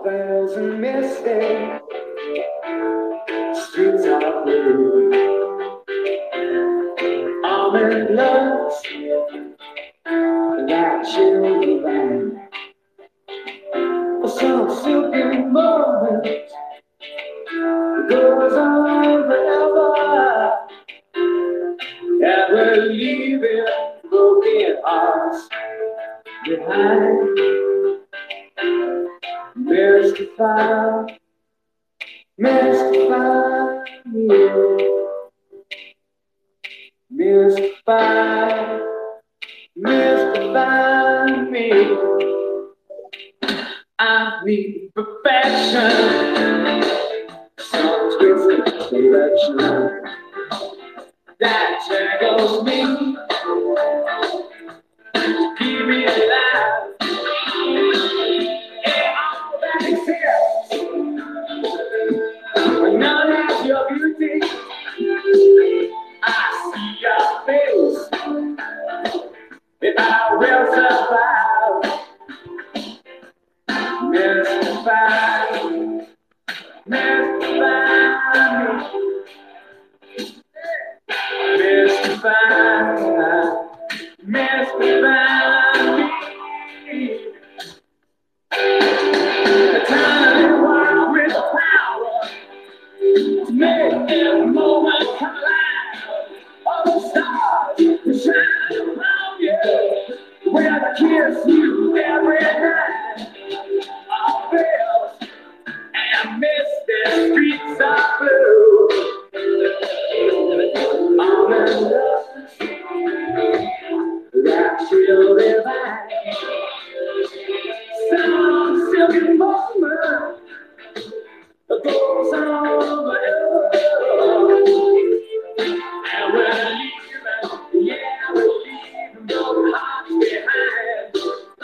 There's a mistake, streets are blue. I'm in love, that chilly rain. For some silky moment goes on forever. And we're leaving broken hearts behind. Mystify, mystify me. Mystify, mystify me. I need perfection, some twisted direction that tangles me, keep me alive. And all that exists, but none of your beauty. I see your face, if I will survive. Mystify, mystify me. Mystify, mystify me. The tiny world with the power to make every moment come alive. All the stars to shine around you, where I kiss you every night. All bells and misty streets are blue. I'm in love, that chill divine. Some silky moment goes on forever. And we're leaving, yeah, we're leaving those hearts behind.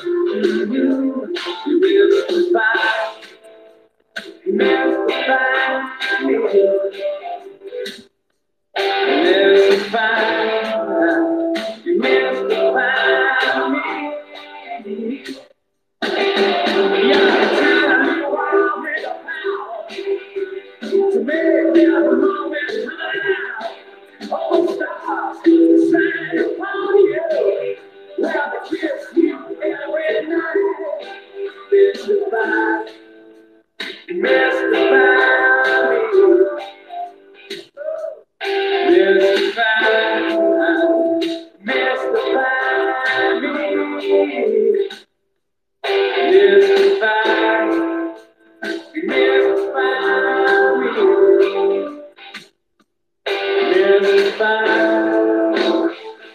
Mystify, mystify me. Mystify, mystify me. You're telling me why I'm in the power to make every moment come alive. All the stars shine upon you, where I kiss you every night. Mystify, mystify me. Mystify, mystify me. Mystify, mystify me. Mystify.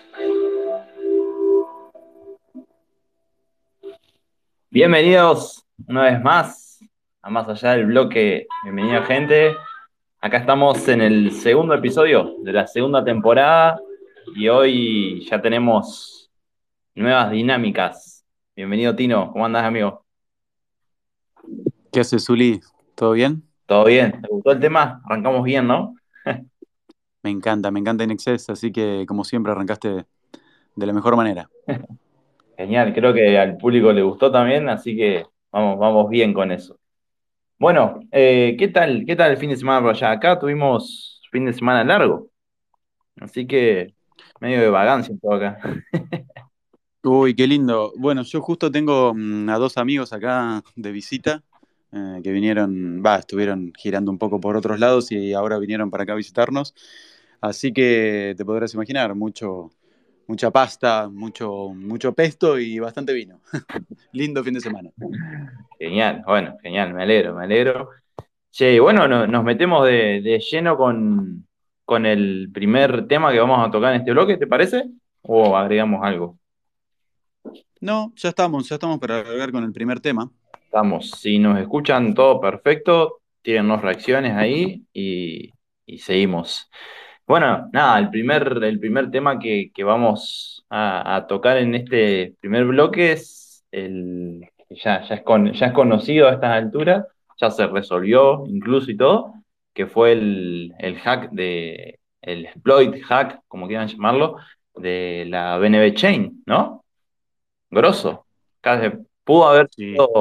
Bienvenidos una vez más a Más Allá del Bloque. Bienvenida gente. Acá estamos en el segundo episodio de la segunda temporada y hoy ya tenemos nuevas dinámicas. Bienvenido Tino, ¿cómo andás amigo? ¿Qué haces, Zuli? ¿Todo bien? ¿Todo bien? ¿Te gustó el tema? Arrancamos bien, ¿no? Me encanta INXS, así que como siempre arrancaste de la mejor manera. Genial, creo que al público le gustó también, así que vamos bien con eso. Bueno, ¿qué tal el fin de semana por allá? Acá tuvimos fin de semana largo, así que medio de vagancia un poco acá. Uy, qué lindo. Bueno, yo justo tengo a dos amigos acá de visita que vinieron, estuvieron girando un poco por otros lados y ahora vinieron para acá a visitarnos. Así que te podrás imaginar, mucha pasta, mucho pesto y bastante vino. Lindo fin de semana. Genial, bueno, genial, me alegro, me alegro. Che, bueno, nos metemos de lleno con el primer tema que vamos a tocar en este bloque, ¿te parece? ¿O agregamos algo? No, ya estamos para hablar con el primer tema. Estamos, si nos escuchan todo perfecto, tírennos reacciones ahí y seguimos. Bueno, nada, el primer tema que vamos a tocar en este primer bloque es el que ya es conocido a estas alturas, ya se resolvió incluso y todo, que fue el hack el exploit hack, como quieran llamarlo, de la BNB Chain, ¿no? Grosso. Pudo haber Sí. sido,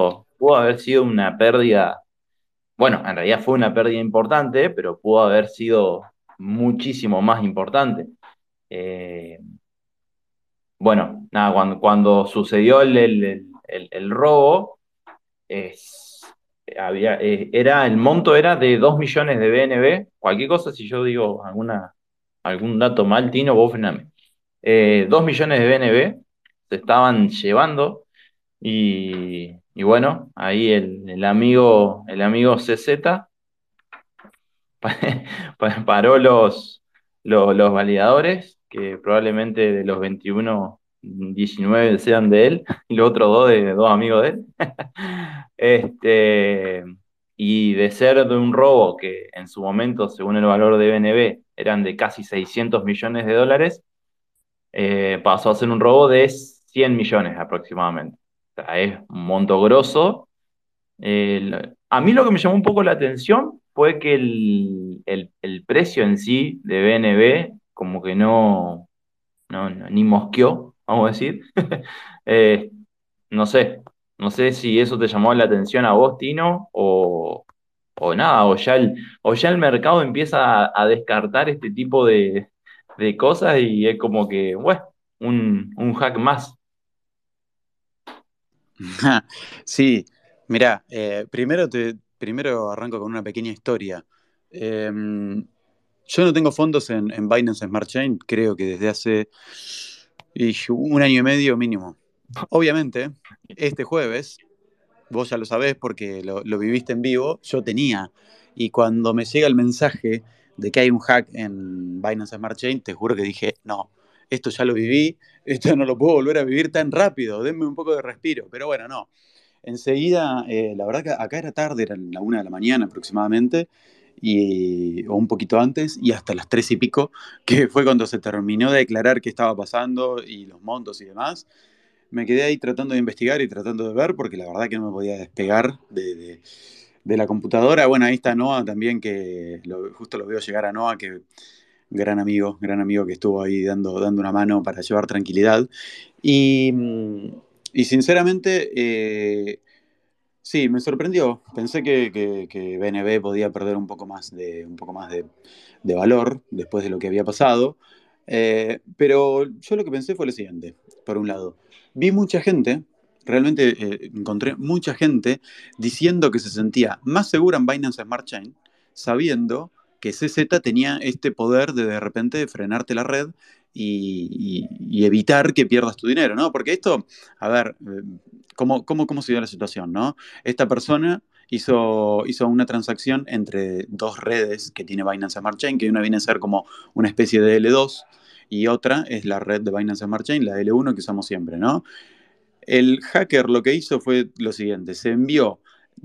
pudo haber sido una pérdida, bueno, en realidad fue una pérdida importante, pero pudo haber sido muchísimo más importante. Eh, bueno, nada, cuando sucedió el robo, es, el monto era de 2 millones de BNB. Cualquier cosa, si yo digo algún dato mal, Tino, vos frename. 2 millones de BNB se estaban llevando y bueno, ahí el amigo CZ paró los validadores, que probablemente de los 21 19 sean de él, y los otros dos de dos amigos de él. Este, y de ser de un robo que en su momento, según el valor de BNB, eran de casi 600 millones de dólares, pasó a ser un robo de 100 millones aproximadamente. O sea, es un monto grosso. A mí lo que me llamó un poco la atención fue que el precio en sí de BNB como que ni mosqueó, vamos a decir. Eh, no sé, no sé si eso te llamó la atención a vos, Tino, o nada, o ya el mercado empieza a descartar este tipo de cosas y es como que, bueno, un hack más. Sí, mirá, primero arranco con una pequeña historia. Yo no tengo fondos en Binance Smart Chain, creo que desde hace un año y medio mínimo. Obviamente, este jueves, vos ya lo sabés porque lo viviste en vivo, yo tenía. Y cuando me llega el mensaje de que hay un hack en Binance Smart Chain, te juro que dije, no, esto ya lo viví, esto no lo puedo volver a vivir tan rápido, denme un poco de respiro. Pero bueno, no. Enseguida, la verdad que acá era tarde, era la 1 de la mañana aproximadamente, o un poquito antes, y hasta las 3 y pico, que fue cuando se terminó de declarar qué estaba pasando y los montos y demás. Me quedé ahí tratando de investigar y tratando de ver, porque la verdad que no me podía despegar de la computadora. Bueno, ahí está Noah también, que justo lo veo llegar a Noah, que gran amigo que estuvo ahí dando una mano para llevar tranquilidad. Y sinceramente, sí, me sorprendió. Pensé que BNB podía perder un poco más de valor después de lo que había pasado. Pero yo lo que pensé fue lo siguiente, por un lado. Vi mucha gente, realmente encontré mucha gente diciendo que se sentía más segura en Binance Smart Chain, sabiendo que CZ tenía este poder de repente frenarte la red y evitar que pierdas tu dinero, ¿no? Porque esto, a ver, ¿cómo se dio la situación, ¿no? Esta persona hizo una transacción entre dos redes que tiene Binance Smart Chain, que una viene a ser como una especie de L2 y otra es la red de Binance Smart Chain, la L1 que usamos siempre, ¿no? El hacker lo que hizo fue lo siguiente, se envió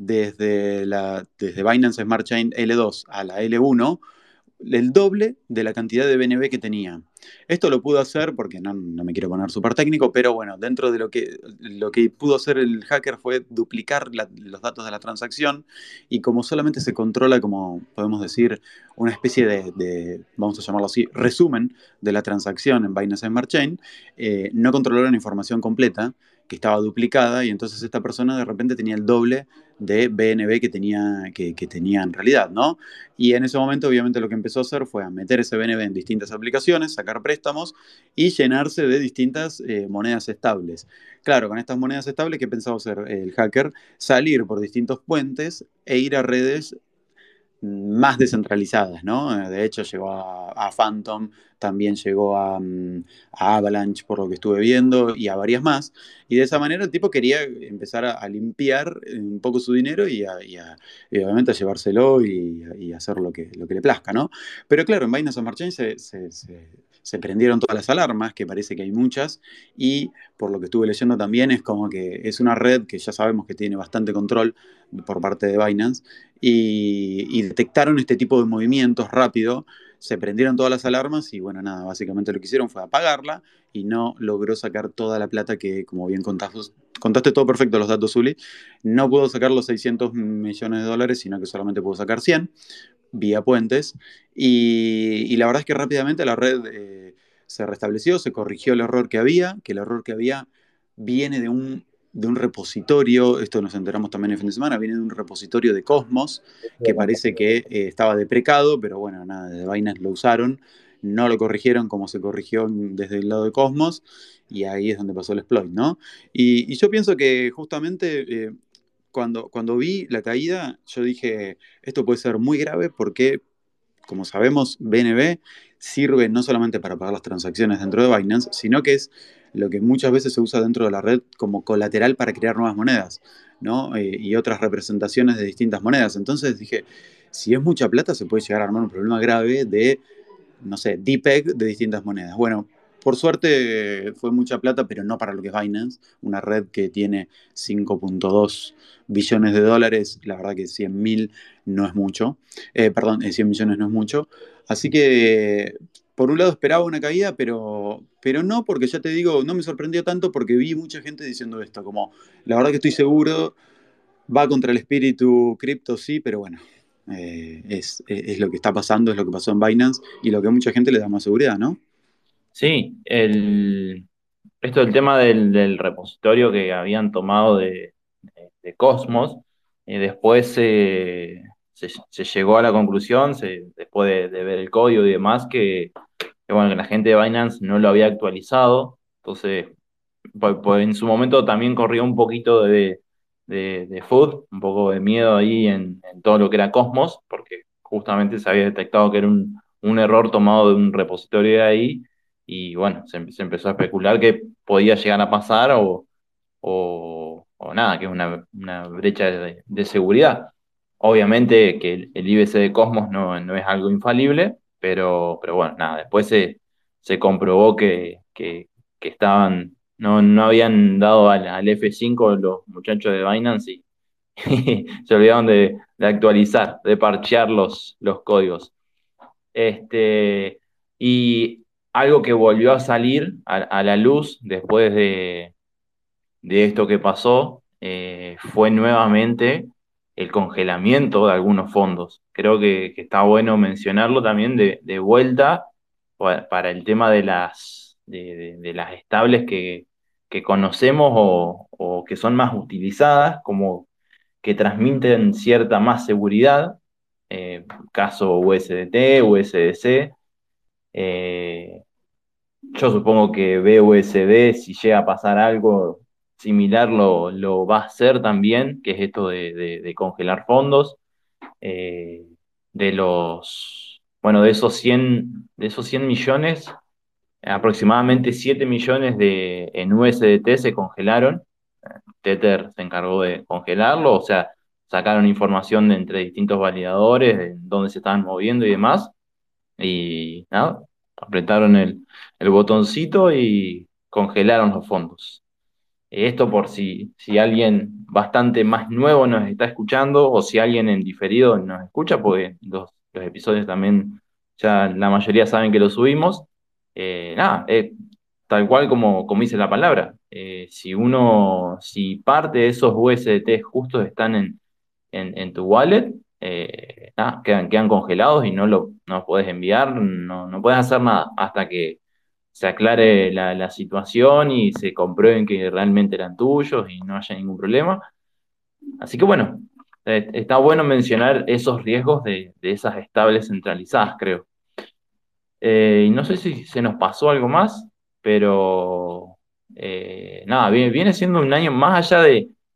desde Binance Smart Chain L2 a la L1 el doble de la cantidad de BNB que tenía. Esto lo pudo hacer, porque no me quiero poner súper técnico, pero bueno, dentro de lo que pudo hacer el hacker fue duplicar los datos de la transacción y como solamente se controla, como podemos decir, una especie vamos a llamarlo así, resumen de la transacción en Binance Smart Chain, no controló la información completa que estaba duplicada y entonces esta persona de repente tenía el doble de BNB que tenía en realidad, ¿no? Y en ese momento, obviamente, lo que empezó a hacer fue a meter ese BNB en distintas aplicaciones, sacar préstamos y llenarse de distintas monedas estables. Claro, con estas monedas estables, ¿qué pensaba hacer el hacker? Salir por distintos puentes e ir a redes más descentralizadas, ¿no? De hecho, llegó a Phantom, también llegó a Avalanche, por lo que estuve viendo, y a varias más. Y de esa manera el tipo quería empezar a limpiar un poco su dinero y obviamente a llevárselo y hacer lo que le plazca, ¿no? Pero claro, en Binance Smart Chain se prendieron todas las alarmas, que parece que hay muchas, y por lo que estuve leyendo también es como que es una red que ya sabemos que tiene bastante control por parte de Binance y detectaron este tipo de movimientos rápido, se prendieron todas las alarmas y bueno, nada, básicamente lo que hicieron fue apagarla y no logró sacar toda la plata que, como bien contaste todo perfecto los datos, Zuli, no pudo sacar los 600 millones de dólares, sino que solamente pudo sacar 100 vía puentes y la verdad es que rápidamente la red se restableció, se corrigió el error que había, que el error que había viene de un repositorio, esto nos enteramos también el fin de semana, viene de un repositorio de Cosmos, que parece que estaba deprecado, pero bueno, nada, desde Binance lo usaron, no lo corrigieron como se corrigió desde el lado de Cosmos, y ahí es donde pasó el exploit, ¿no? Y yo pienso que justamente cuando vi la caída, yo dije, esto puede ser muy grave porque, como sabemos, BNB sirve no solamente para pagar las transacciones dentro de Binance, sino que es lo que muchas veces se usa dentro de la red como colateral para crear nuevas monedas, ¿no? Y otras representaciones de distintas monedas. Entonces dije, si es mucha plata, se puede llegar a armar un problema grave de, no sé, DPEG de distintas monedas. Bueno, por suerte fue mucha plata, pero no para lo que es Binance, una red que tiene 5.2 billones de dólares, la verdad que 100.000 no es mucho, perdón, 100 millones no es mucho, así que por un lado esperaba una caída, pero no, porque ya te digo, no me sorprendió tanto porque vi mucha gente diciendo esto, como la verdad que estoy seguro, va contra el espíritu cripto, sí, pero bueno, es lo que está pasando, es lo que pasó en Binance y lo que a mucha gente le da más seguridad, ¿no? Sí, esto del tema del repositorio que habían tomado de Cosmos, después se llegó a la conclusión, después de ver el código y demás, que, bueno, que la gente de Binance no lo había actualizado. Entonces, pues en su momento también corrió un poquito de FUD, un poco de miedo ahí en todo lo que era Cosmos, porque justamente se había detectado que era un error tomado de un repositorio de ahí, y bueno, se empezó a especular que podía llegar a pasar o nada, que es una brecha de seguridad. Obviamente que el IBC de Cosmos no es algo infalible, pero bueno, nada, después se comprobó que estaban, no habían dado al F5 los muchachos de Binance y se olvidaron de actualizar, de parchear los códigos. Y algo que volvió a salir a la luz después de esto que pasó, fue nuevamente el congelamiento de algunos fondos. Creo que está bueno mencionarlo también de vuelta para el tema de las estables que conocemos o que son más utilizadas, como que transmiten cierta más seguridad, caso USDT, USDC. eh, yo supongo que BUSD, si llega a pasar algo similar, lo va a hacer también, que es esto de congelar fondos. Eh, bueno, de esos 100 millones, aproximadamente 7 millones en USDT se congelaron. Tether se encargó de congelarlo, o sea, sacaron información de entre distintos validadores, de dónde se estaban moviendo y demás, y nada, apretaron el botoncito y congelaron los fondos. Esto por si alguien bastante más nuevo nos está escuchando o si alguien en diferido nos escucha, porque los episodios también ya la mayoría saben que los subimos. Nada, tal cual como dice la palabra. Si parte de esos USDT justos están en tu wallet, nada, quedan congelados y no los podés enviar, no podés hacer nada hasta que se aclare la situación y se comprueben que realmente eran tuyos y no haya ningún problema. Así que bueno, está bueno mencionar esos riesgos de esas estables centralizadas, creo. Y no sé si se nos pasó algo más, pero nada, viene siendo un año más allá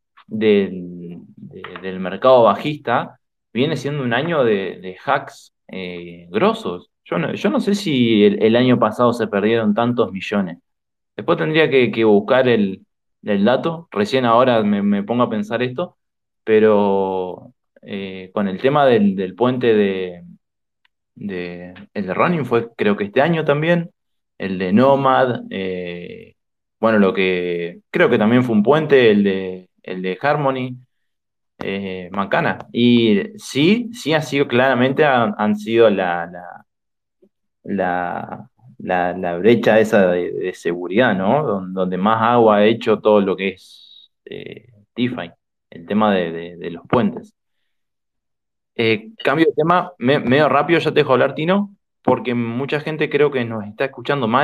del mercado bajista, viene siendo un año de hacks grosos. Yo no sé si el año pasado se perdieron tantos millones. Después tendría que buscar el dato. Recién ahora me pongo a pensar esto, pero con el tema del puente el de Running fue creo que este año también, el de Nomad, bueno, lo que creo que también fue un puente, el de Harmony, Mancana. Y sí ha sido claramente, han sido la, la brecha esa de seguridad, ¿no? Donde más agua ha hecho todo lo que es DeFi, el tema de los puentes. Cambio de tema, medio rápido, ya te dejo hablar, Tino, porque mucha gente creo que nos está escuchando mal.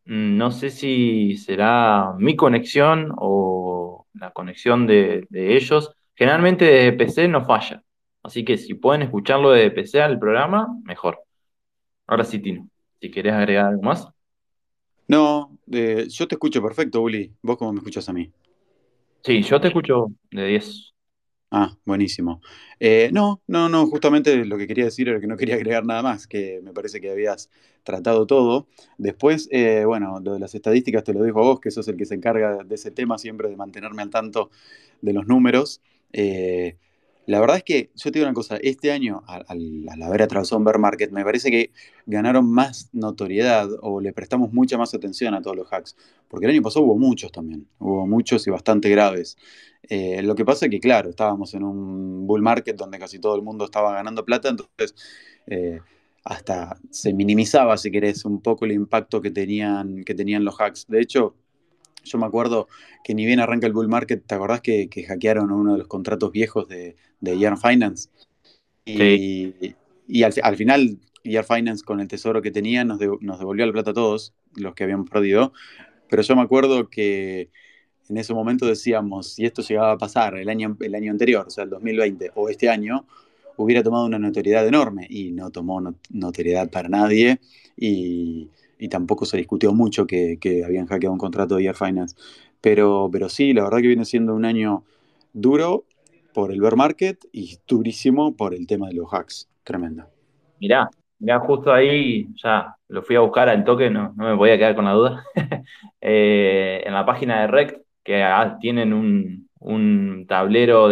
No sé si será mi conexión o la conexión de ellos. Generalmente desde PC no falla. Así que si pueden escucharlo desde PC al programa, mejor. Ahora sí, Tino, si querés agregar algo más. No, yo te escucho perfecto, Uli. ¿Vos cómo me escuchas a mí? Sí, yo te escucho de 10. Ah, buenísimo. No, justamente lo que quería decir era que no quería agregar nada más, que me parece que habías tratado todo. Después, bueno, lo de las estadísticas te lo digo a vos, que sos el que se encarga de ese tema siempre, de mantenerme al tanto de los números. Eh, la verdad es que yo te digo una cosa, este año, al haber atravesado un bear market, me parece que ganaron más notoriedad o le prestamos mucha más atención a todos los hacks, porque el año pasado hubo muchos también, hubo muchos y bastante graves. Lo que pasa es que, claro, estábamos en un bull market donde casi todo el mundo estaba ganando plata, entonces eh, hasta se minimizaba, si querés, un poco el impacto que tenían los hacks. De hecho, yo me acuerdo que ni bien arranca el bull market, ¿te acordás que hackearon uno de los contratos viejos de Year Finance? Sí, Y al final, Year Finance, con el tesoro que tenía, nos devolvió la plata a todos los que habíamos perdido. Pero yo me acuerdo que en ese momento decíamos, si esto llegaba a pasar el año anterior, o sea, el 2020, o este año, hubiera tomado una notoriedad enorme y no tomó notoriedad para nadie y tampoco se discutió mucho que habían hackeado un contrato de Year Finance. Pero sí, la verdad que viene siendo un año duro por el bear market y durísimo por el tema de los hacks. Tremenda. mirá, justo ahí ya lo fui a buscar al toque, no me podía quedar con la duda. En la página de Rect, que tienen un tablero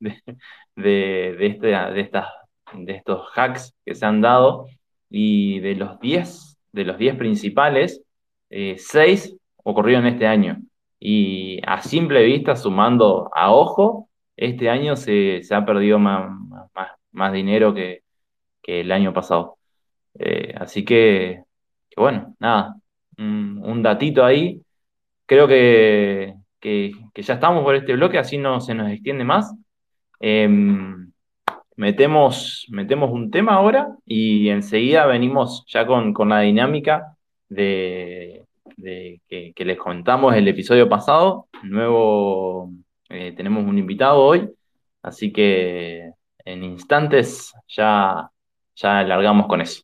de estos hacks que se han dado, y de los 10 principales, 6 ocurrieron este año. Y a simple vista, sumando a ojo, este año se ha perdido más dinero que el año pasado. Así que bueno, nada, un datito ahí. Creo que ya estamos por este bloque, así no se nos extiende más. Eh, metemos un tema ahora y enseguida venimos ya con la dinámica que les contamos el episodio pasado. Nuevo, tenemos un invitado hoy, así que en instantes ya largamos con eso.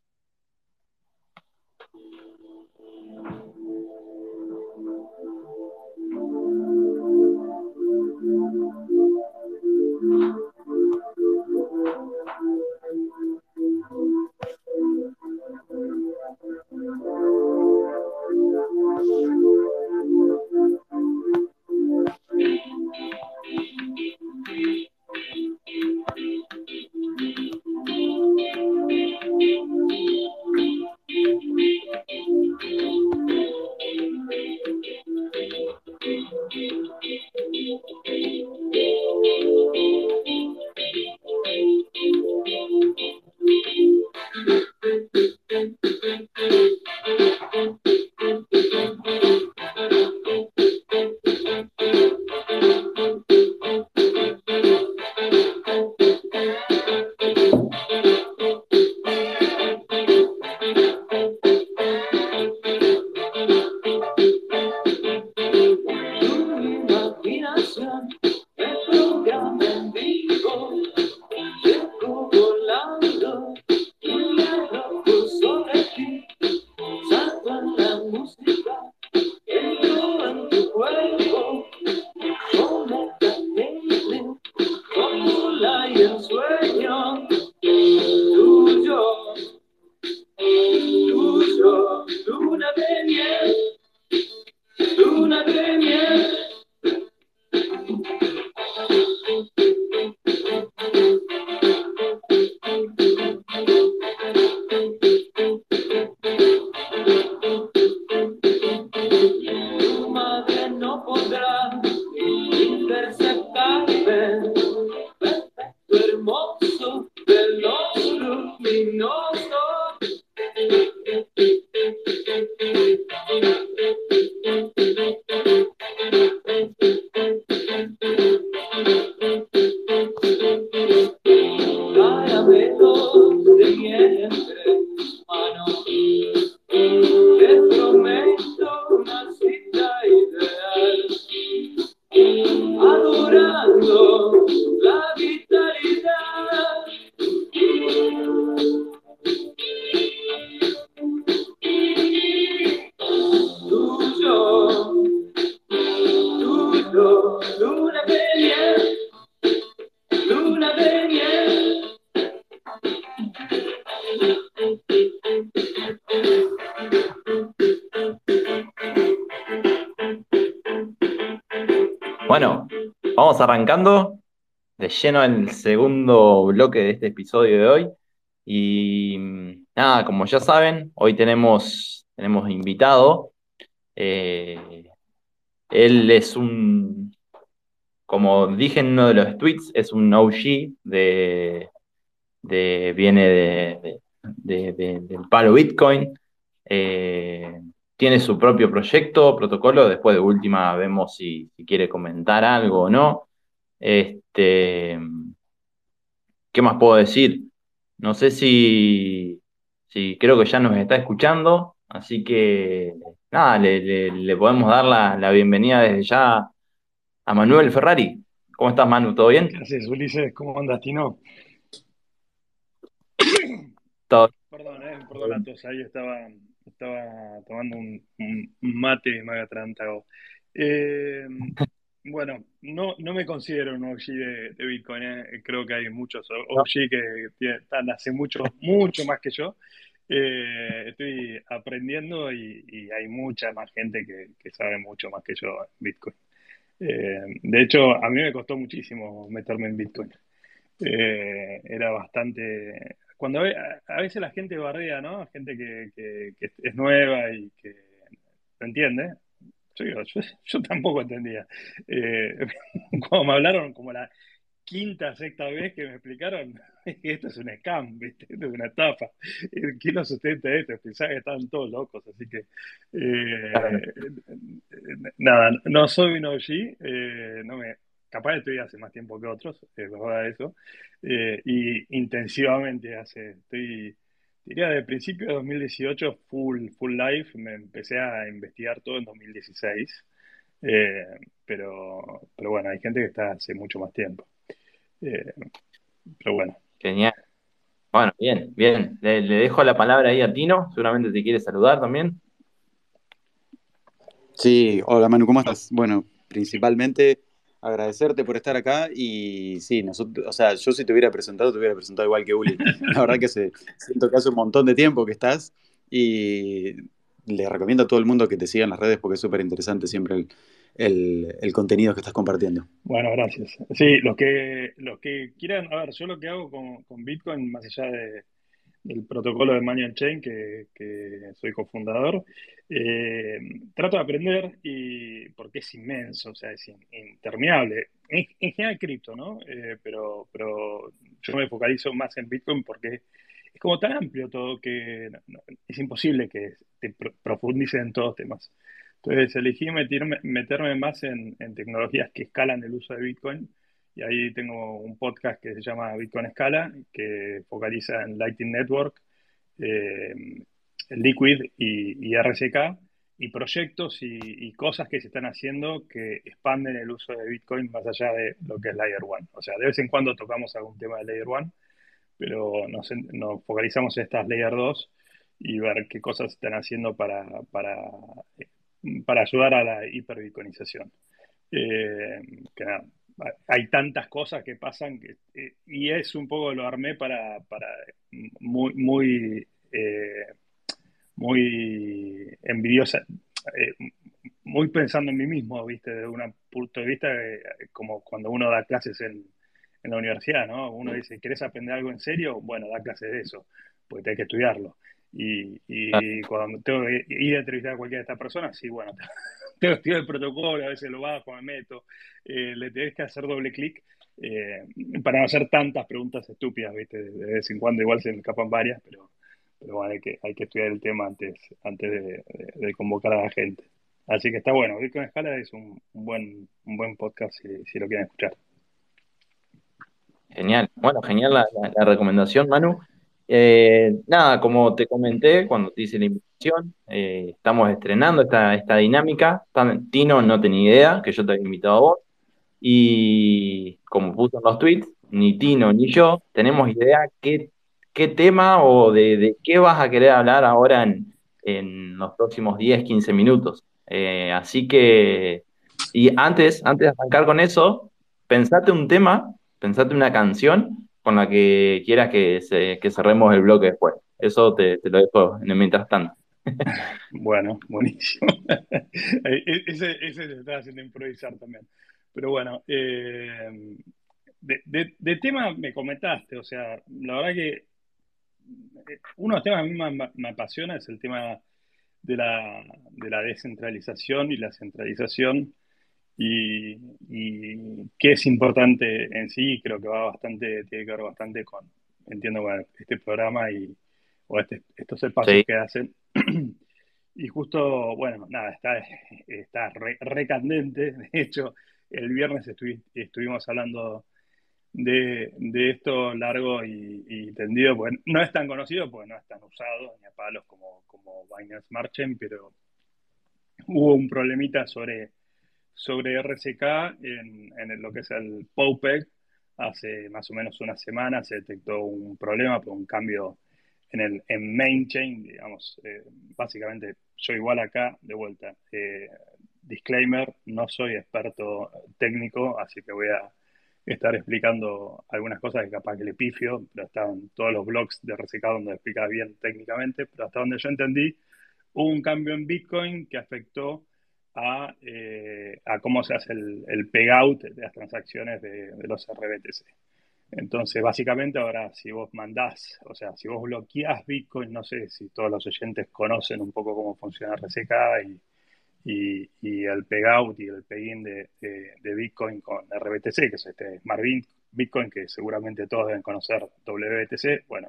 Imaginación me programa en vivo, llego volando y me arrojo sobre ti, salto en la música, entro en tu cuerpo, como caliente, como la y el sueño, tuyo, tuyo, luna de miel, luna de miel. Tu madre no podrá interceptarme, perfecto, hermoso, veloz, luminoso. Caramelos de miel entre tus manos, te prometo Bueno, vamos arrancando de lleno en el segundo bloque de este episodio de hoy. Y nada, como ya saben, hoy tenemos invitado. Eh, Él es como dije en uno de los tweets, es un OG viene del palo Bitcoin. Eh, Tiene su propio proyecto, protocolo. Después de última vemos si quiere comentar algo o no. Este, ¿Qué más puedo decir? No sé si creo que ya nos está escuchando, así que nada, le podemos dar la bienvenida desde ya a Manuel Ferrari. ¿Cómo estás, Manu? ¿Todo ¿Qué bien? haces, Ulises? ¿Cómo andas, Tino? ¿Todo Perdón la tos, ahí estaba tomando un mate y me había atragantado. Eh, bueno, no me considero un OG de Bitcoin, ¿eh? Creo que hay muchos bien? OG que están hace mucho más que yo. Estoy aprendiendo y hay mucha más gente que sabe mucho más que yo en Bitcoin. De hecho, a mí me costó muchísimo meterme en Bitcoin. Era bastante... Cuando a veces la gente bardea, ¿no? Gente que es nueva y que no entiende. Yo tampoco entendía. Eh, Cuando me hablaron como la quinta, sexta vez que me explicaron, esto es un scam, ¿viste? Esto es una estafa. ¿Quién lo sustenta esto? Pensaba que estaban todos locos, así que Claro. nada, no soy un OG, no me, capaz estoy hace más tiempo que otros, es verdad eso, y intensivamente diría de principio de 2018, full life, me empecé a investigar todo en 2016, eh, pero bueno, hay gente que está hace mucho más tiempo. Eh, pero bueno, Genial. Bueno, bien, bien. Le dejo la palabra ahí a Tino, seguramente te quiere saludar también. Sí, hola Manu, ¿cómo estás? Bueno, principalmente agradecerte por estar acá y sí, nosotros, o sea, yo si te hubiera presentado igual que Uli. La verdad que siento que hace un montón de tiempo que estás y le recomiendo a todo el mundo que te siga en las redes porque es súper interesante siempre el contenido que estás compartiendo. bueno, gracias. Sí, los que quieran, a ver, yo lo que hago con Bitcoin, más allá del protocolo de Manual Chain, que soy cofundador. Trato de aprender porque es inmenso, o sea, es interminable. En general cripto, ¿no? Pero yo me focalizo más en Bitcoin porque es como tan amplio todo que es imposible que te profundice en todos los temas. Entonces elegí meterme más en tecnologías que escalan el uso de Bitcoin y ahí tengo un podcast que se llama Bitcoin Scala, que focaliza en Lightning Network, eh, Liquid y RSK, y proyectos y cosas que se están haciendo que expanden el uso de Bitcoin más allá de lo que es Layer 1. O sea, de vez en cuando tocamos algún tema de Layer 1, pero nos focalizamos en estas Layer 2 y ver qué cosas están haciendo para ayudar a la hiperbitcoinización. Eh, que nada, hay tantas cosas que pasan y es un poco lo armé para muy, muy envidiosa, muy pensando en mí mismo, ¿viste? Desde un punto de vista como cuando uno da clases en la universidad, ¿no? Uno dice, ¿querés aprender algo en serio? Bueno, da clases de eso, porque tenés que estudiarlo. Y cuando tengo que ir a entrevistar a cualquiera de estas personas, sí, bueno, tengo que estudiar el protocolo, a veces lo bajo, me meto, le tenés que hacer doble clic eh, para no hacer tantas preguntas estúpidas, ¿viste? De vez en cuando igual se me escapan varias, pero bueno, hay que estudiar el tema antes de convocar a la gente. Así que está bueno, Bitcoin Escala es un buen podcast si lo quieren escuchar. Genial. Bueno, genial la recomendación, Manu. Nada, como te comenté cuando te hice la invitación, estamos estrenando esta dinámica. Tino no tenía idea que yo te había invitado a vos. Y como puso en los tweets, ni Tino ni yo tenemos idea qué tema o de qué vas a querer hablar ahora en los próximos 10 15 minutos. Así que, y antes de arrancar con eso, pensate un tema, pensate una canción con la que quieras que cerremos el bloque después. Eso te lo dejo en el mientras tanto. Bueno, buenísimo. Ese se está haciendo improvisar también. Pero bueno, de tema me comentaste, o sea, la verdad que uno de los temas que a mí me apasiona es el tema de la descentralización y la centralización y qué es importante en sí, creo que va bastante, tiene que ver bastante con, entiendo, bueno, este programa o estos espacios Sí, que hacen. Y justo, bueno, nada, está re candente. De hecho, el viernes estuvimos hablando de esto largo y tendido, pues no es tan conocido, porque no es tan usado ni a palos como Binance Smart Chain, pero hubo un problemita sobre RSK en lo que es el POPEC. Hace más o menos una semana se detectó un problema por un cambio en main chain, digamos. Básicamente, yo igual acá, de vuelta, disclaimer, no soy experto técnico, así que voy a estar explicando algunas cosas que capaz que le pifio, pero estaban todos los blogs de RSK donde explicaba bien técnicamente, pero hasta donde yo entendí, hubo un cambio en Bitcoin que afectó a cómo se hace el payout de las transacciones de los RBTC. Entonces, básicamente ahora, si vos mandás, o sea, si vos bloqueás Bitcoin, no sé si todos los oyentes conocen un poco cómo funciona RSK y el payout y el pay-in de Bitcoin con RBTC, que es este Smart Bitcoin, que seguramente todos deben conocer WBTC. Bueno,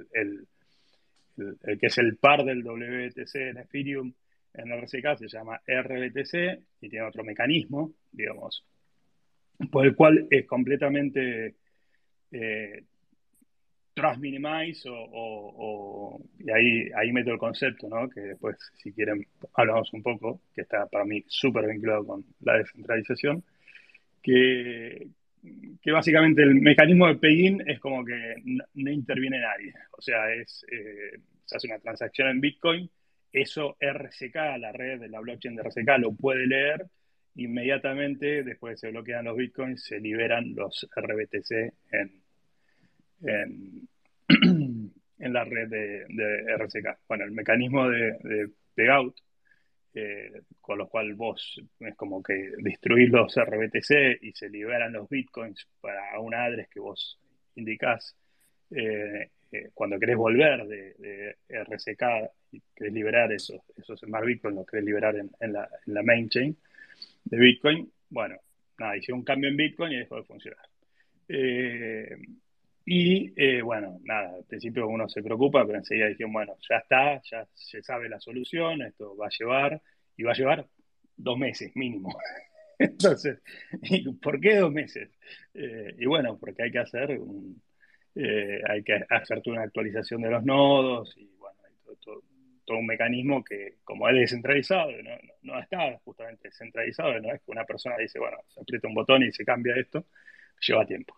el que es el par del WBTC en Ethereum en RSK se llama RBTC y tiene otro mecanismo, digamos, por el cual es completamente eh, trust minimize y ahí meto el concepto, ¿no? Que después, si quieren, hablamos un poco, que está para mí súper vinculado con la descentralización, que, que básicamente el mecanismo de pay-in es como que no interviene nadie. O sea, se hace una transacción en Bitcoin, eso RSK, la red de la blockchain de RSK, lo puede leer. Inmediatamente, después de que se bloquean los Bitcoins, se liberan los RBTC en, en la red de RSK. Bueno, el mecanismo de payout con lo cual vos es como que destruís los RBTC y se liberan los bitcoins para una address que vos indicás cuando querés volver de RSK y querés liberar esos Smart Bitcoin, los querés liberar en la main chain de Bitcoin. Bueno, nada, hicieron un cambio en Bitcoin y dejó de funcionar. Eh, bueno, nada, al principio uno se preocupa, pero enseguida dijeron, bueno, ya está, ya se sabe la solución, esto va a llevar 2 meses mínimo. Entonces, ¿por qué 2 meses? Y bueno, porque hay que hacer toda una actualización de los nodos y bueno, hay todo un mecanismo que como es descentralizado, no está justamente centralizado, no es que una persona dice, bueno, se aprieta un botón y se cambia esto, lleva tiempo.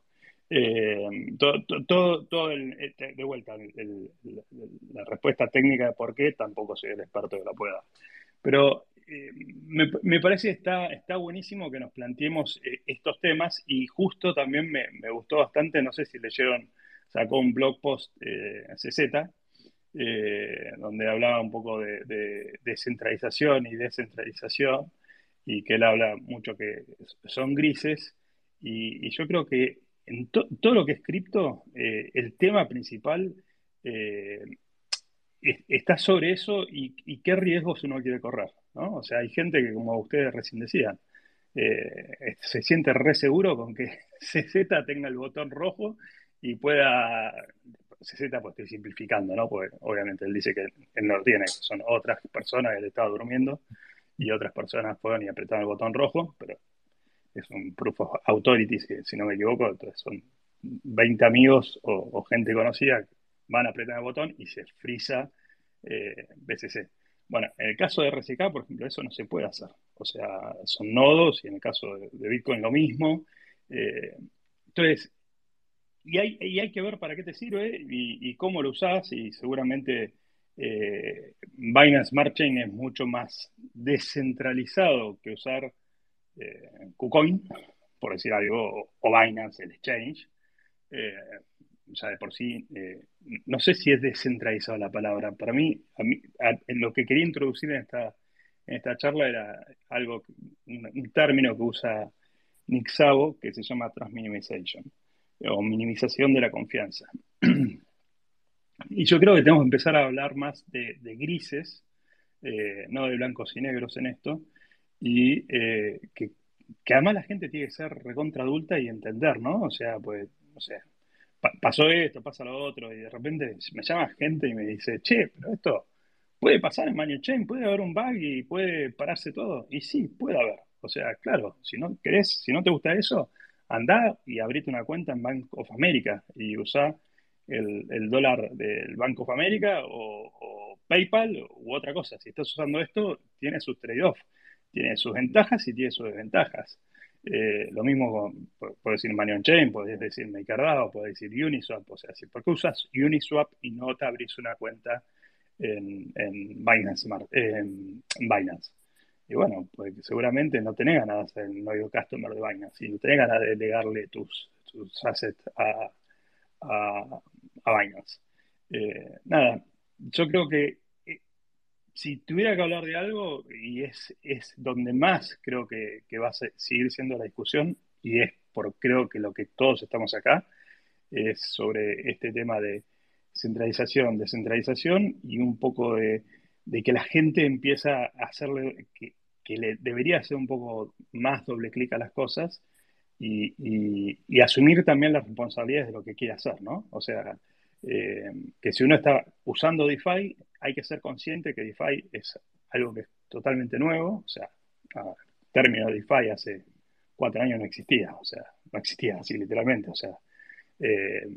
De vuelta, la respuesta técnica de por qué tampoco soy el experto que la pueda dar. Pero me parece que está buenísimo que nos planteemos estos temas y justo también me gustó bastante, no sé si leyeron, sacó un blog post CZ, donde hablaba un poco de centralización y descentralización y que él habla mucho que son grises y yo creo que en todo lo que es cripto, el tema principal eh, está sobre eso qué riesgos uno quiere correr, ¿no? O sea, hay gente que, como ustedes recién decían, se siente re seguro con que CZ tenga el botón rojo y pueda, CZ pues estoy simplificando, ¿no? Porque obviamente él dice que él no lo tiene, son otras personas que le estaba durmiendo y otras personas fueron y apretaron el botón rojo, pero es un proof of authority, si no me equivoco, entonces son 20 amigos o gente conocida que van a apretar el botón y se frisa BCC. Bueno, en el caso de RSK, por ejemplo, eso no se puede hacer. O sea, son nodos y en el caso de Bitcoin lo mismo. Entonces, y hay que ver para qué te sirve y cómo lo usás y seguramente Binance Smart Chain es mucho más descentralizado que usar KuCoin, por decir algo, o Binance, el exchange. Eh, ya de por sí, no sé si es descentralizada la palabra. Para mí, en lo que quería introducir en esta charla era un término que usa Nick Szabo, que se llama Transminimization, o minimización de la confianza. Y yo creo que tenemos que empezar a hablar más de grises, no de blancos y negros en esto, y que además la gente tiene que ser recontra adulta y entender, ¿no? O sea, pues, no sé, pasó esto, pasa lo otro, y de repente me llama gente y me dice, che, pero esto puede pasar en Manual Chain, puede haber un bug y puede pararse todo. Y sí, puede haber. O sea, claro, si no querés, si no te gusta eso, andá y abrite una cuenta en Bank of America y usá el dólar del Bank of America o PayPal u otra cosa. Si estás usando esto, tiene sus trade-off, tiene sus ventajas y tiene sus desventajas. Lo mismo puedes decir Money on Chain, puedes decir MakerDAO, puedes decir Uniswap. O sea, ¿por qué usas Uniswap y no te abrís una cuenta en Binance en Binance? Y bueno, pues seguramente no tenés ganas de ser el nuevo customer de Binance y no tenés ganas de delegarle tus assets a Binance. Nada, yo creo que si tuviera que hablar de algo, y es donde más creo que va a seguir siendo la discusión, y es por creo que lo que todos estamos acá, es sobre este tema de centralización, descentralización y un poco de que la gente empieza a hacerle, que le debería hacer un poco más doble clic a las cosas y asumir también las responsabilidades de lo que quiere hacer, ¿no? O sea, que si uno está usando DeFi, hay que ser consciente que DeFi es algo que es totalmente nuevo, o sea, el término DeFi hace 4 años no existía, o sea, no existía así literalmente, o sea, eh,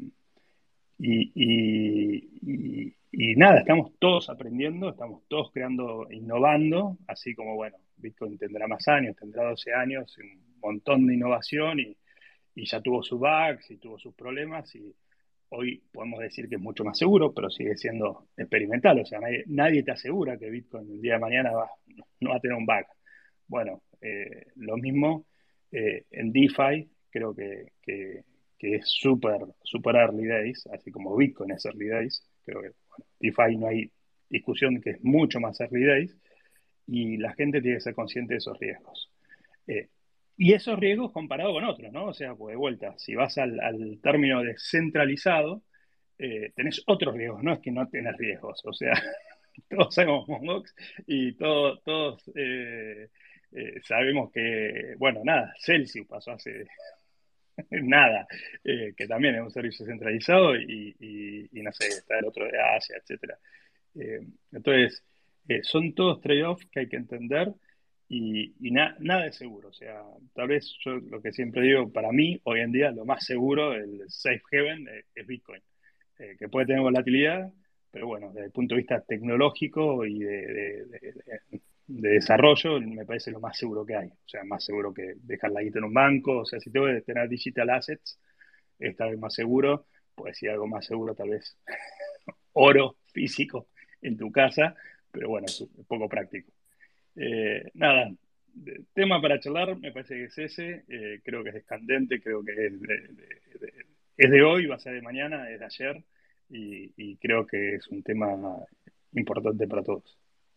y nada, estamos todos aprendiendo, estamos todos creando, innovando, así como, bueno, Bitcoin tendrá más años, tendrá 12 años, un montón de innovación y ya tuvo sus bugs y tuvo sus problemas y hoy podemos decir que es mucho más seguro, pero sigue siendo experimental, o sea, nadie te asegura que Bitcoin el día de mañana no va a tener un bug. Bueno, lo mismo en DeFi, creo que es súper early days, así como Bitcoin es early days. Creo que bueno, DeFi no hay discusión que es mucho más early days y la gente tiene que ser consciente de esos riesgos. Eh, y esos riesgos comparado con otros, ¿no? O sea, pues de vuelta, si vas al término descentralizado, tenés otros riesgos, no es que no tenés riesgos, o sea, todos sabemos Mongox y todos sabemos que, bueno, nada, Celsius pasó hace nada, que también es un servicio centralizado y no sé, está el otro de Asia, etcétera. Entonces, son todos trade-offs que hay que entender y nada es seguro. O sea, tal vez yo lo que siempre digo, para mí, hoy en día, lo más seguro, el safe haven, es Bitcoin, que puede tener volatilidad, pero bueno, desde el punto de vista tecnológico y de desarrollo, me parece lo más seguro que hay. O sea, más seguro que dejar la guita en un banco. O sea, si tengo que tener digital assets, es tal vez más seguro. Puede ser algo más seguro, tal vez oro físico en tu casa, pero bueno, es poco práctico. Nada, tema para charlar, me parece que es ese. Creo que es candente, creo que es de hoy, va a ser de mañana, es de ayer, y creo que es un tema importante para todos.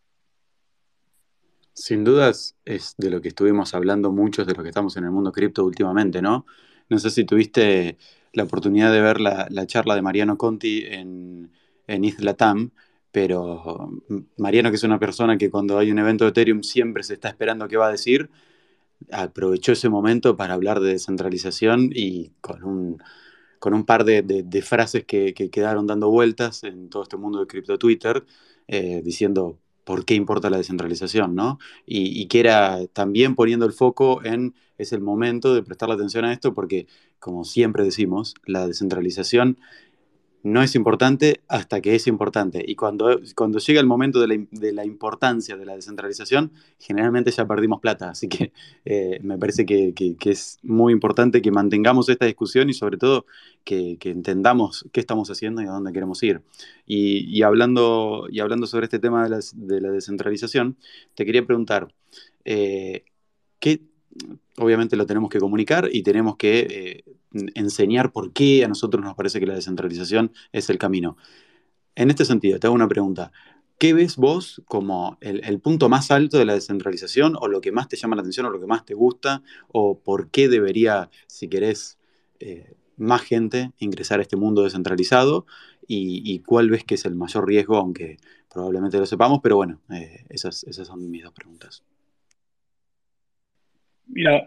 Sin dudas es de lo que estuvimos hablando muchos de los que estamos en el mundo cripto últimamente, ¿no? No sé si tuviste la oportunidad de ver la charla de Mariano Conti en Isla Tam, pero Mariano, que es una persona que cuando hay un evento de Ethereum siempre se está esperando qué va a decir, aprovechó ese momento para hablar de descentralización y con un par de frases que quedaron dando vueltas en todo este mundo de cripto Twitter, diciendo por qué importa la descentralización, ¿no? Y que era también poniendo el foco en, es el momento de prestarle atención a esto porque, como siempre decimos, la descentralización no es importante hasta que es importante. Y cuando llega el momento de la importancia de la descentralización, generalmente ya perdimos plata. Así que me parece que es muy importante que mantengamos esta discusión y sobre todo que entendamos qué estamos haciendo y a dónde queremos ir. Y hablando sobre este tema de la descentralización, te quería preguntar, ¿qué obviamente lo tenemos que comunicar y tenemos que enseñar por qué a nosotros nos parece que la descentralización es el camino? En este sentido, te hago una pregunta. ¿qué ves vos como el punto más alto de la descentralización o lo que más te llama la atención o lo que más te gusta o por qué debería, si querés, más gente ingresar a este mundo descentralizado y cuál ves que es el mayor riesgo, aunque probablemente lo sepamos, pero bueno, esas son mis dos preguntas. Mira,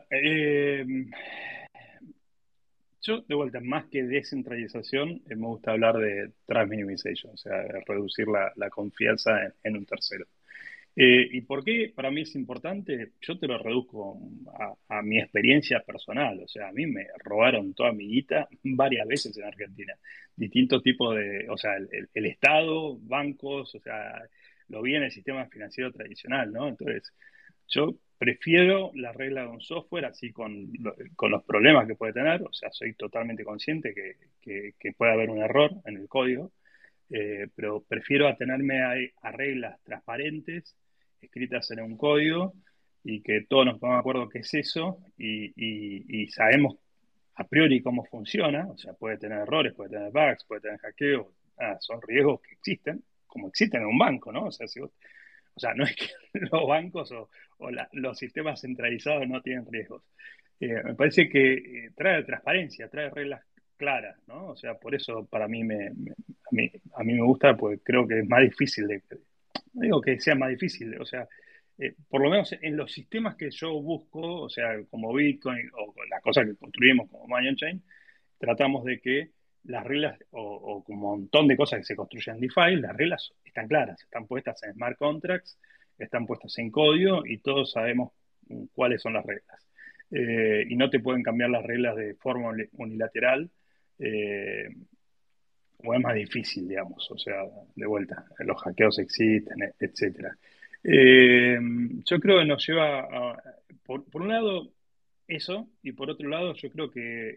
yo de vuelta, más que descentralización, me gusta hablar de trust minimization, o sea, de reducir la confianza en un tercero. ¿Y por qué para mí es importante? Yo te lo reduzco a mi experiencia personal. O sea, a mí me robaron toda mi guita varias veces en Argentina. Distintos tipos de, o sea, el Estado, bancos, o sea, lo vi en el sistema financiero tradicional, ¿no? Entonces, yo prefiero la regla de un software así con los problemas que puede tener. O sea, soy totalmente consciente que puede haber un error en el código, pero prefiero atenerme a reglas transparentes escritas en un código y que todos nos pongamos de acuerdo qué es eso y sabemos a priori cómo funciona. O sea, puede tener errores, puede tener bugs, puede tener hackeos, son riesgos que existen, como existen en un banco, ¿no? O sea, o sea, no es que los bancos o los sistemas centralizados no tienen riesgos. Me parece que trae transparencia, trae reglas claras, ¿no? O sea, por eso para mí a mí me gusta, pues creo que es más difícil no digo que sea más difícil, o sea, por lo menos en los sistemas que yo busco, o sea, como Bitcoin o con las cosas que construimos como Money on Chain, tratamos de que las reglas o un montón de cosas que se construyen en DeFi, las reglas están claras, están puestas en smart contracts, están puestas en código y todos sabemos cuáles son las reglas. Y no te pueden cambiar las reglas de forma unilateral, eh, o es más difícil, digamos, o sea, de vuelta, los hackeos existen, etcétera. Yo creo que nos lleva por un lado, eso, y por otro lado, yo creo que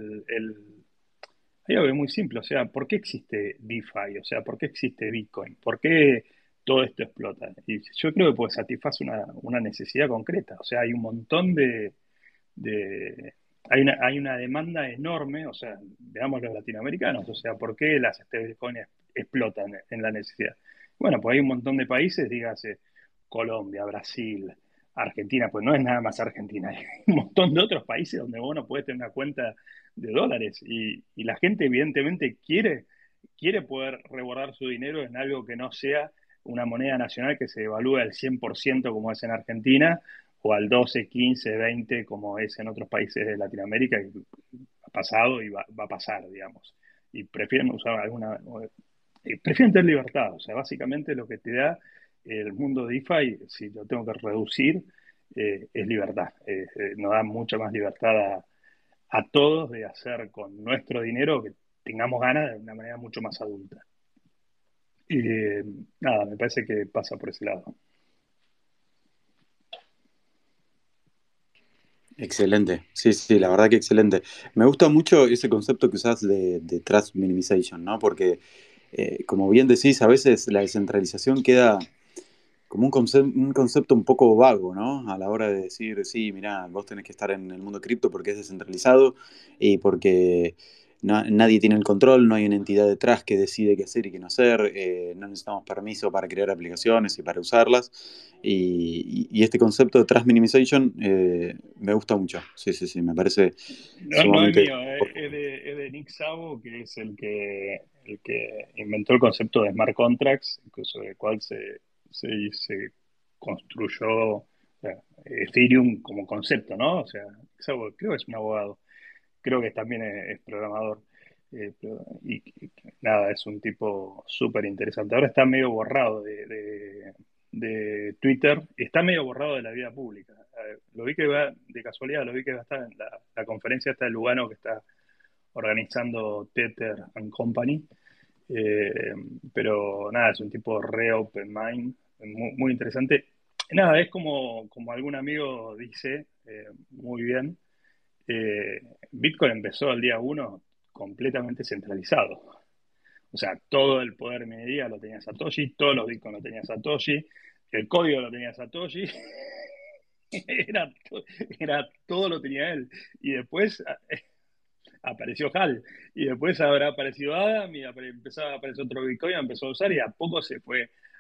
hay algo que es muy simple, o sea, ¿por qué existe DeFi? O sea, ¿por qué existe Bitcoin? ¿Por qué todo esto explota? Y yo creo que pues satisface una necesidad concreta, o sea, hay un montón de hay una demanda enorme, o sea, veamos los latinoamericanos, o sea, ¿por qué las stablecoins explotan en la necesidad? Bueno, pues hay un montón de países, dígase Colombia, Brasil, Argentina, pues no es nada más Argentina, hay un montón de otros países donde vos no podés tener una cuenta de dólares y la gente evidentemente quiere poder resguardar su dinero en algo que no sea una moneda nacional que se evalúe al 100% como es en Argentina o al 12, 15, 20 como es en otros países de Latinoamérica, que ha pasado y va a pasar, digamos. Y prefieren usar prefieren tener libertad, o sea, básicamente lo que te da el mundo de DeFi, si lo tengo que reducir, es libertad. Nos da mucha más libertad a todos de hacer con nuestro dinero que tengamos ganas de una manera mucho más adulta. Y nada, me parece que pasa por ese lado. Excelente, sí, sí, la verdad que excelente. Me gusta mucho ese concepto que usás de trust minimization, ¿no? Porque, como bien decís, a veces la descentralización queda como un concepto un poco vago, ¿no? A la hora de decir, sí, mirá, vos tenés que estar en el mundo cripto porque es descentralizado y porque nadie tiene el control, no hay una entidad detrás que decide qué hacer y qué no hacer, no necesitamos permiso para crear aplicaciones y para usarlas. Y este concepto de trust minimization me gusta mucho. Sí, sí, sí, me parece No, no es sumamente... mío, es de Nick Szabo, que es el que inventó el concepto de smart contracts, sobre el cual se construyó, o sea, Ethereum como concepto, ¿no? O sea, Szabo creo que es un abogado, creo que también es programador. Y nada, es un tipo súper interesante. Ahora está medio borrado de Twitter, está medio borrado de la vida pública. Lo vi que va, de casualidad, lo vi que va a estar en la conferencia esta de Lugano que está organizando Tether and Company. Eh, pero nada, es un tipo re open mind, muy interesante. Nada, es como algún amigo dice, muy bien, Bitcoin empezó el día uno completamente centralizado. O sea, todo el poder de minería lo tenía Satoshi, todos los Bitcoin lo tenía Satoshi, el código lo tenía Satoshi, era, todo lo tenía él. Y después apareció Hal, y después habrá aparecido Adam, y empezó a aparecer otro Bitcoin, empezó a usar, y a poco se fue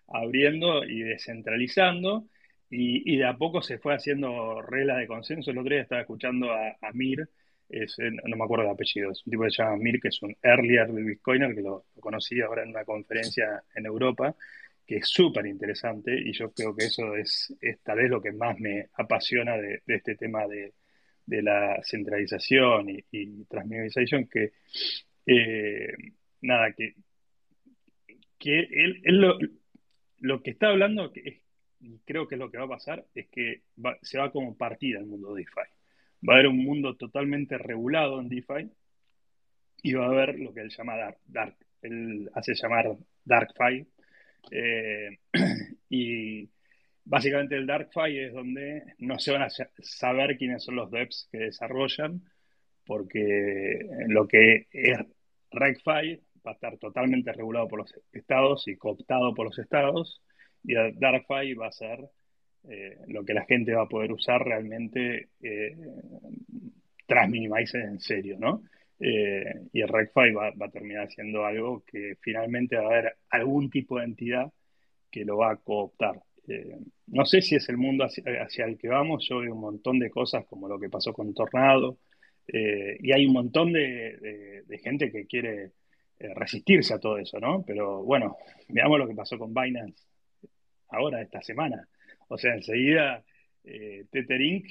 abriendo y descentralizando, y de a poco se fue haciendo regla de consenso. El otro día estaba escuchando a Mir, no me acuerdo el apellido, es un tipo que se llama Mir, que es un earlier Bitcoiner, que lo conocí ahora en una conferencia en Europa, que es súper interesante, y yo creo que eso es tal vez lo que más me apasiona de este tema de la centralización y transmedialización, que eh, nada, que él lo que está hablando, y creo que es lo que va a pasar, es que se va como partida el mundo de DeFi. Va a haber un mundo totalmente regulado en DeFi y va a haber lo que él llama él hace llamar DarkFi. eh, y básicamente el DarkFi es donde no se van a saber quiénes son los devs que desarrollan, porque lo que es RegFi va a estar totalmente regulado por los estados y cooptado por los estados, y DarkFi va a ser lo que la gente va a poder usar realmente tras minimizer en serio, ¿no? Y el RegFi va a terminar siendo algo que finalmente va a haber algún tipo de entidad que lo va a cooptar. No sé si es el mundo hacia el que vamos. Yo veo un montón de cosas como lo que pasó con Tornado, y hay un montón de gente que quiere resistirse a todo eso, ¿no? Pero bueno, veamos lo que pasó con Binance ahora, esta semana. O sea, enseguida Tether Inc.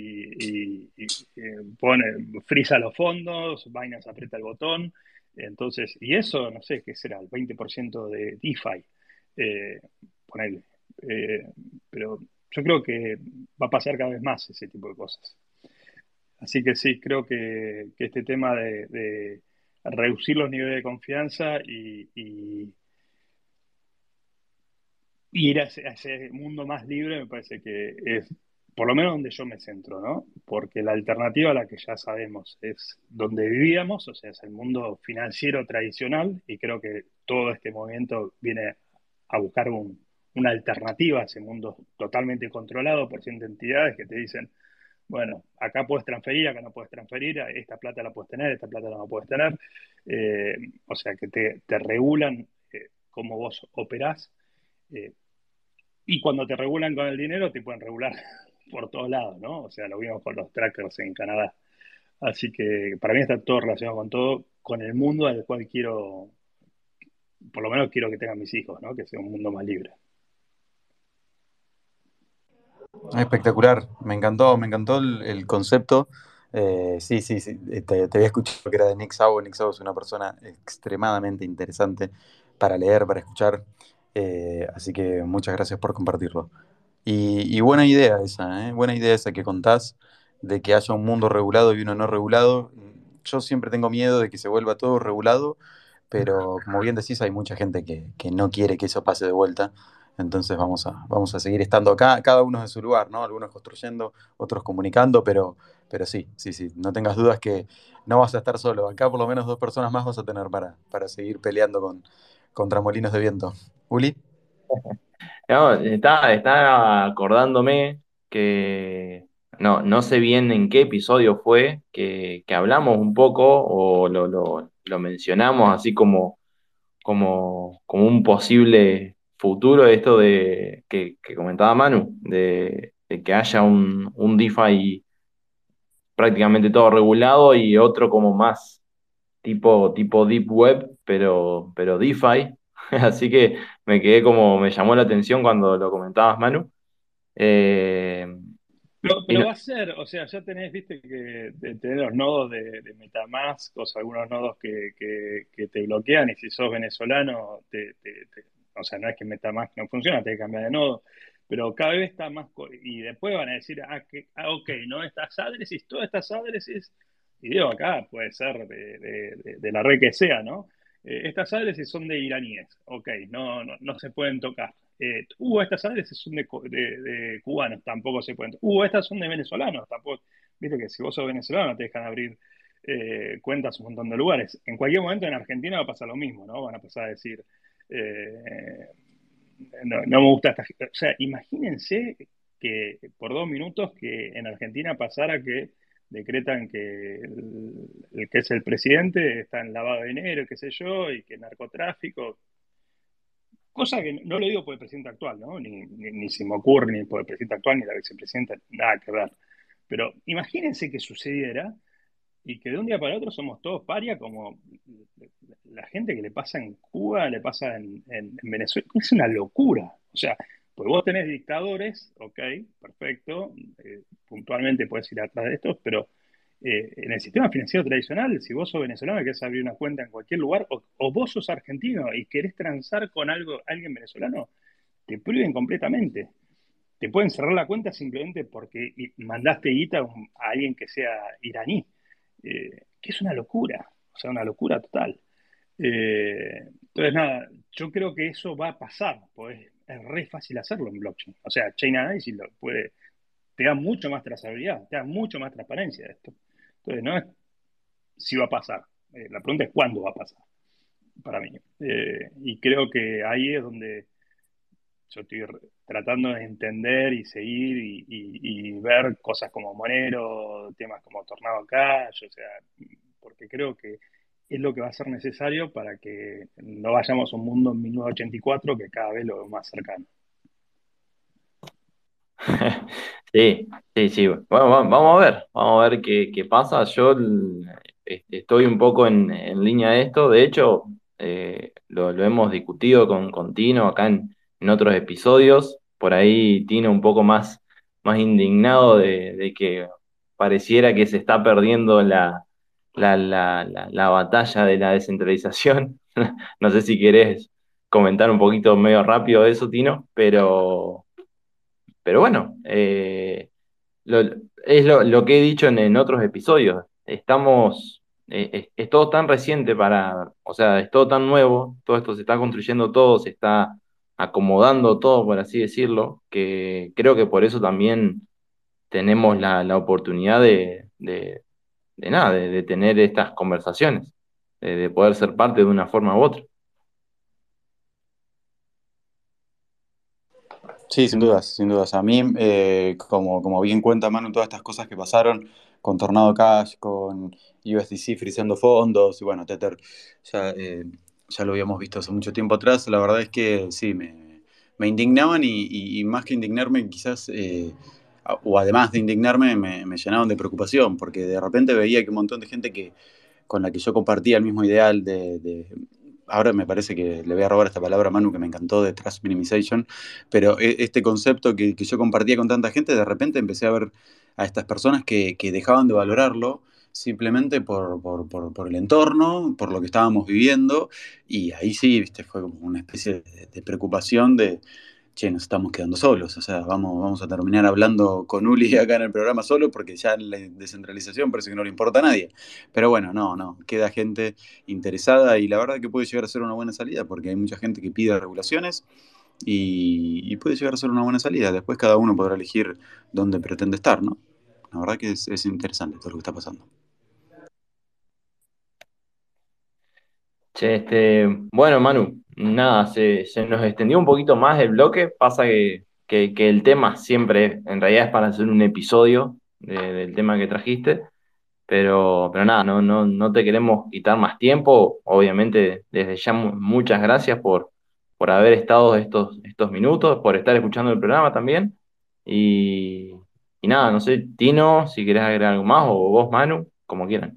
Pone, frisa los fondos, Binance aprieta el botón. Entonces, y eso, no sé, ¿qué será? El 20% de DeFi. Eh, ponele. Eh, pero yo creo que va a pasar cada vez más ese tipo de cosas. Así que sí, creo que este tema de reducir los niveles de confianza y ir a ese mundo más libre me parece que es por lo menos donde yo me centro, ¿no? Porque la alternativa a la que ya sabemos es donde vivíamos, o sea, es el mundo financiero tradicional, y creo que todo este movimiento viene a buscar una alternativa a ese mundo totalmente controlado por ciertas entidades que te dicen, bueno, acá puedes transferir, acá no puedes transferir, esta plata la puedes tener, esta plata no la puedes tener. O sea, que te regulan cómo vos operás. eh, y cuando te regulan con el dinero, te pueden regular por todos lados, ¿no? O sea, lo vimos con los trackers en Canadá. Así que para mí está todo relacionado con todo, con el mundo al cual quiero, por lo menos quiero que tengan mis hijos, ¿no? Que sea un mundo más libre. Espectacular, me encantó el concepto. Sí, sí, sí, te había escuchado que era de Nick Szabo. Nick Szabo es una persona extremadamente interesante para leer, para escuchar. Así que muchas gracias por compartirlo. Y buena idea esa, ¿eh? Buena idea esa que contás de que haya un mundo regulado y uno no regulado. Yo siempre tengo miedo de que se vuelva todo regulado, pero como bien decís, hay mucha gente que no quiere que eso pase de vuelta. Entonces vamos a seguir estando acá, cada uno en su lugar, ¿no? Algunos construyendo, otros comunicando, pero sí, sí, sí, no tengas dudas que no vas a estar solo. Acá por lo menos dos personas más vas a tener para seguir peleando contra molinos de viento. Uli. No, estaba acordándome que no sé bien en qué episodio fue que hablamos un poco o lo mencionamos así como un posible futuro de esto que comentaba Manu, de que haya un DeFi prácticamente todo regulado y otro como más tipo Deep Web, pero DeFi. Así que me llamó la atención cuando lo comentabas, Manu. Eh, y Pero no- va a ser, o sea, ya tenés, viste, que tenés los nodos de MetaMask, o sea, algunos nodos que te bloquean, y si sos venezolano, o sea, no es que MetaMask no funciona, te que cambiar de nodo, pero cada vez está más, y después van a decir, ok, no, todas estas addresses, y digo acá, puede ser de la red que sea, ¿no? Estas addresses son de iraníes, ok, no se pueden tocar. Estas addresses son de cubanos, tampoco se pueden. Estas son de venezolanos, tampoco. Viste que si vos sos venezolano no te dejan abrir cuentas en un montón de lugares. En cualquier momento en Argentina va a pasar lo mismo, ¿no? Van a pasar a decir, eh, no me gusta esta. O sea, imagínense que por 2 minutos que en Argentina pasara que decretan que el que es el presidente está en lavado de dinero, qué sé yo, y que narcotráfico. Cosa que no lo digo por el presidente actual, ¿no? Ni se me ocurre ni por el presidente actual ni la vicepresidenta, nada que ver. Pero imagínense que sucediera y que de un día para otro somos todos paria, como la gente que le pasa en Cuba, le pasa en Venezuela. Es una locura. O sea, pues vos tenés dictadores, ok, perfecto, puntualmente puedes ir atrás de estos, pero en el sistema financiero tradicional, si vos sos venezolano y querés abrir una cuenta en cualquier lugar, o vos sos argentino y querés transar con alguien venezolano, te prohíben completamente. Te pueden cerrar la cuenta simplemente porque mandaste guita a alguien que sea iraní, que es una locura, o sea, una locura total. Entonces, nada, yo creo que eso va a pasar, pues es re fácil hacerlo en blockchain. O sea, Chain Analysis te da mucho más trazabilidad, te da mucho más transparencia de esto. Entonces, no es si va a pasar, la pregunta es cuándo va a pasar, para mí. Y creo que ahí es donde yo estoy tratando de entender y seguir y ver cosas como Monero, temas como Tornado Cash, o sea, porque creo que es lo que va a ser necesario para que no vayamos a un mundo en 1984 que cada vez lo veo más cercano. Sí, sí, sí. Bueno, vamos a ver qué pasa. Yo estoy un poco en línea de esto. De hecho, lo hemos discutido con Tino acá en otros episodios. Por ahí Tino un poco más indignado de que pareciera que se está perdiendo la batalla de la descentralización. No sé si querés comentar un poquito medio rápido de eso, Tino, pero bueno, es lo que he dicho en otros episodios. Es todo tan reciente o sea, es todo tan nuevo, todo esto se está construyendo todo, se está acomodando todo, por así decirlo, que creo que por eso también tenemos la oportunidad de nada, de tener estas conversaciones, de poder ser parte de una forma u otra. Sí, sin dudas, sin dudas. A mí, como bien cuenta Manu, todas estas cosas que pasaron con Tornado Cash, con USDC friseando fondos, y bueno, Tether ya, ya lo habíamos visto hace mucho tiempo atrás. La verdad es que sí, me indignaban y más que indignarme, quizás, o además de indignarme, me llenaban de preocupación, porque de repente veía que un montón de gente con la que yo compartía el mismo ideal ahora me parece que le voy a robar esta palabra a Manu que me encantó de trust minimization, pero este concepto que yo compartía con tanta gente, de repente empecé a ver a estas personas que dejaban de valorarlo simplemente por el entorno, por lo que estábamos viviendo, y ahí sí, viste, fue como una especie de preocupación de, che, nos estamos quedando solos, o sea, vamos a terminar hablando con Uli acá en el programa solo porque ya la descentralización parece que no le importa a nadie. Pero bueno, no, queda gente interesada y la verdad que puede llegar a ser una buena salida porque hay mucha gente que pide regulaciones y puede llegar a ser una buena salida. Después cada uno podrá elegir dónde pretende estar, ¿no? La verdad que es interesante todo lo que está pasando. Che, bueno, Manu, nada, se nos extendió un poquito más el bloque. Pasa que el tema siempre, en realidad es para hacer un episodio del tema que trajiste, pero nada, no te queremos quitar más tiempo. Obviamente, desde ya muchas gracias por haber estado estos minutos, por estar escuchando el programa también. Y, y nada, no sé, Tino, si querés agregar algo más, o vos, Manu, como quieran.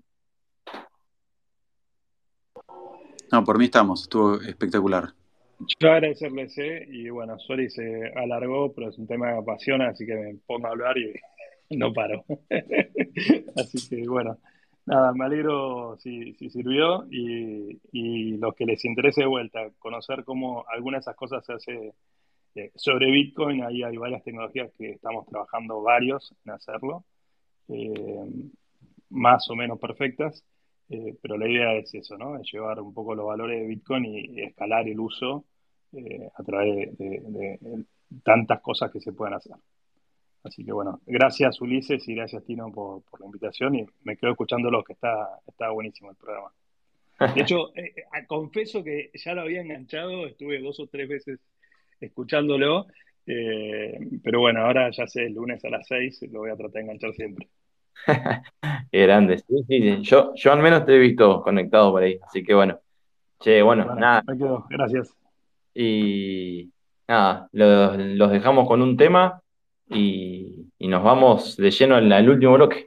No, por mí estamos, estuvo espectacular. Yo agradecerles, y bueno, Soli se alargó, pero es un tema que me apasiona, así que me pongo a hablar y no paro. Así que bueno, nada, me alegro si sirvió y los que les interese de vuelta, conocer cómo algunas de esas cosas se hace sobre Bitcoin, ahí hay varias tecnologías que estamos trabajando varios en hacerlo, eh, más o menos perfectas, pero la idea es eso, ¿no? Es llevar un poco los valores de Bitcoin y escalar el uso a través de tantas cosas que se pueden hacer. Así que bueno, gracias Ulises y gracias Tino por la invitación y me quedo escuchándolo, que está buenísimo el programa. De hecho, confieso que ya lo había enganchado, estuve 2 o 3 veces escuchándolo, pero bueno, ahora ya sé, el lunes a las 6 lo voy a tratar de enganchar siempre. Qué grande, sí, sí, sí. Yo al menos te he visto conectado por ahí, así que bueno. Che, bueno, Bueno, nada, me quedo, gracias. Y nada, los dejamos con un tema y nos vamos de lleno al último bloque.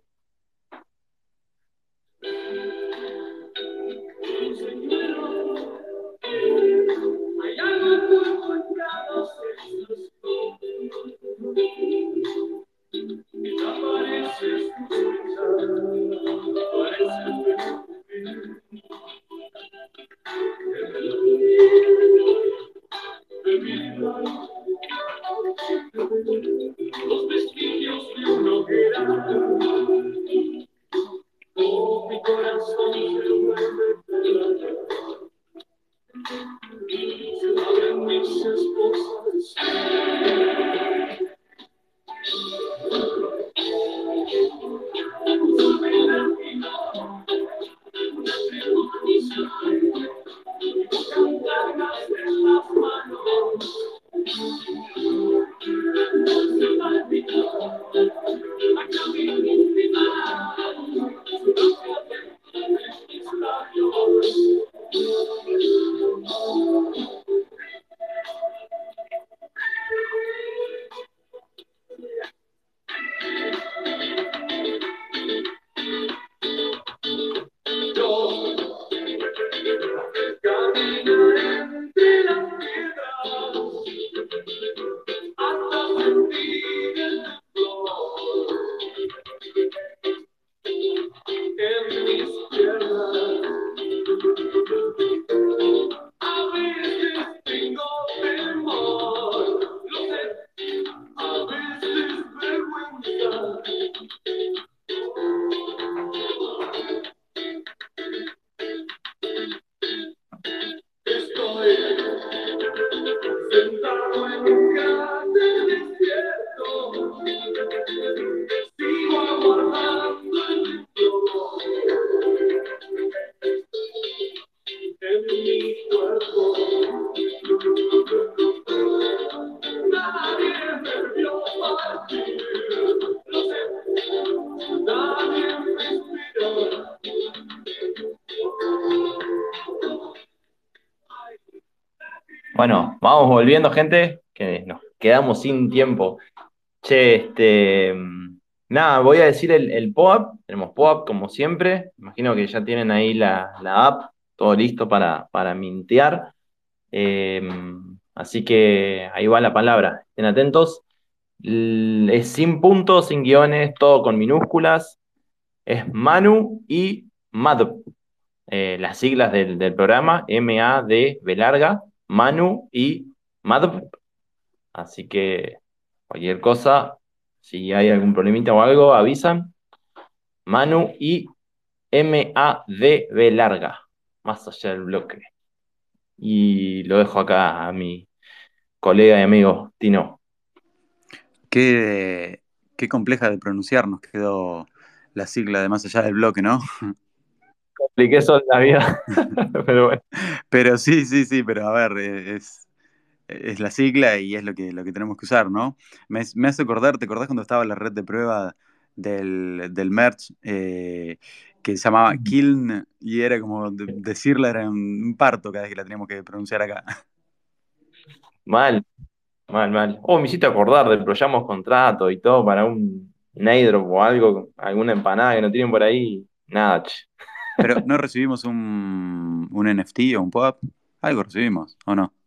Hay algo encontrado y apareces los vestigios de una hoguera. Oh, mi corazón se vuelve se abren mis esposas. Caminaré entre las piedras hasta sentir el temblor en mis piernas. A veces tengo temor, lo sé, a veces vergüenza. Estoy sentado en un cráter desierto, sigo aguardando el temblor en mi cuerpo. Nadie me vio partir, lo sé, nadie me inspiró. Bueno, vamos volviendo, gente, que nos quedamos sin tiempo. Che, nada, voy a decir el POAP. Tenemos POAP como siempre. Imagino que ya tienen ahí la app, todo listo para mintear. Eh, Así que ahí va la palabra. Estén atentos. Es sin puntos, sin guiones, todo con minúsculas. Es Manu y Mad. Las siglas del programa, MAD, B larga, Manu y Mad. Así que cualquier cosa, si hay algún problemita o algo, avisan. Manu y MAD, B larga, más allá del bloque. Y lo dejo acá a mi colega y amigo Tino. Qué, qué compleja de pronunciar nos quedó la sigla de más allá del bloque, ¿no? Expliqué eso en la vida, pero bueno. Pero sí, sí, sí, pero a ver, es la sigla y es lo que tenemos que usar, ¿no? Me hace acordar, ¿te acordás cuando estaba la red de prueba del merch que se llamaba Kiln y era como decirla era un parto cada vez que la teníamos que pronunciar acá? Mal, mal, mal. Oh, me hiciste acordar, deployamos contrato y todo para un airdrop o algo, alguna empanada que no tienen por ahí. Nada, che. Pero ¿no recibimos un NFT o un pop? Algo recibimos, ¿o no?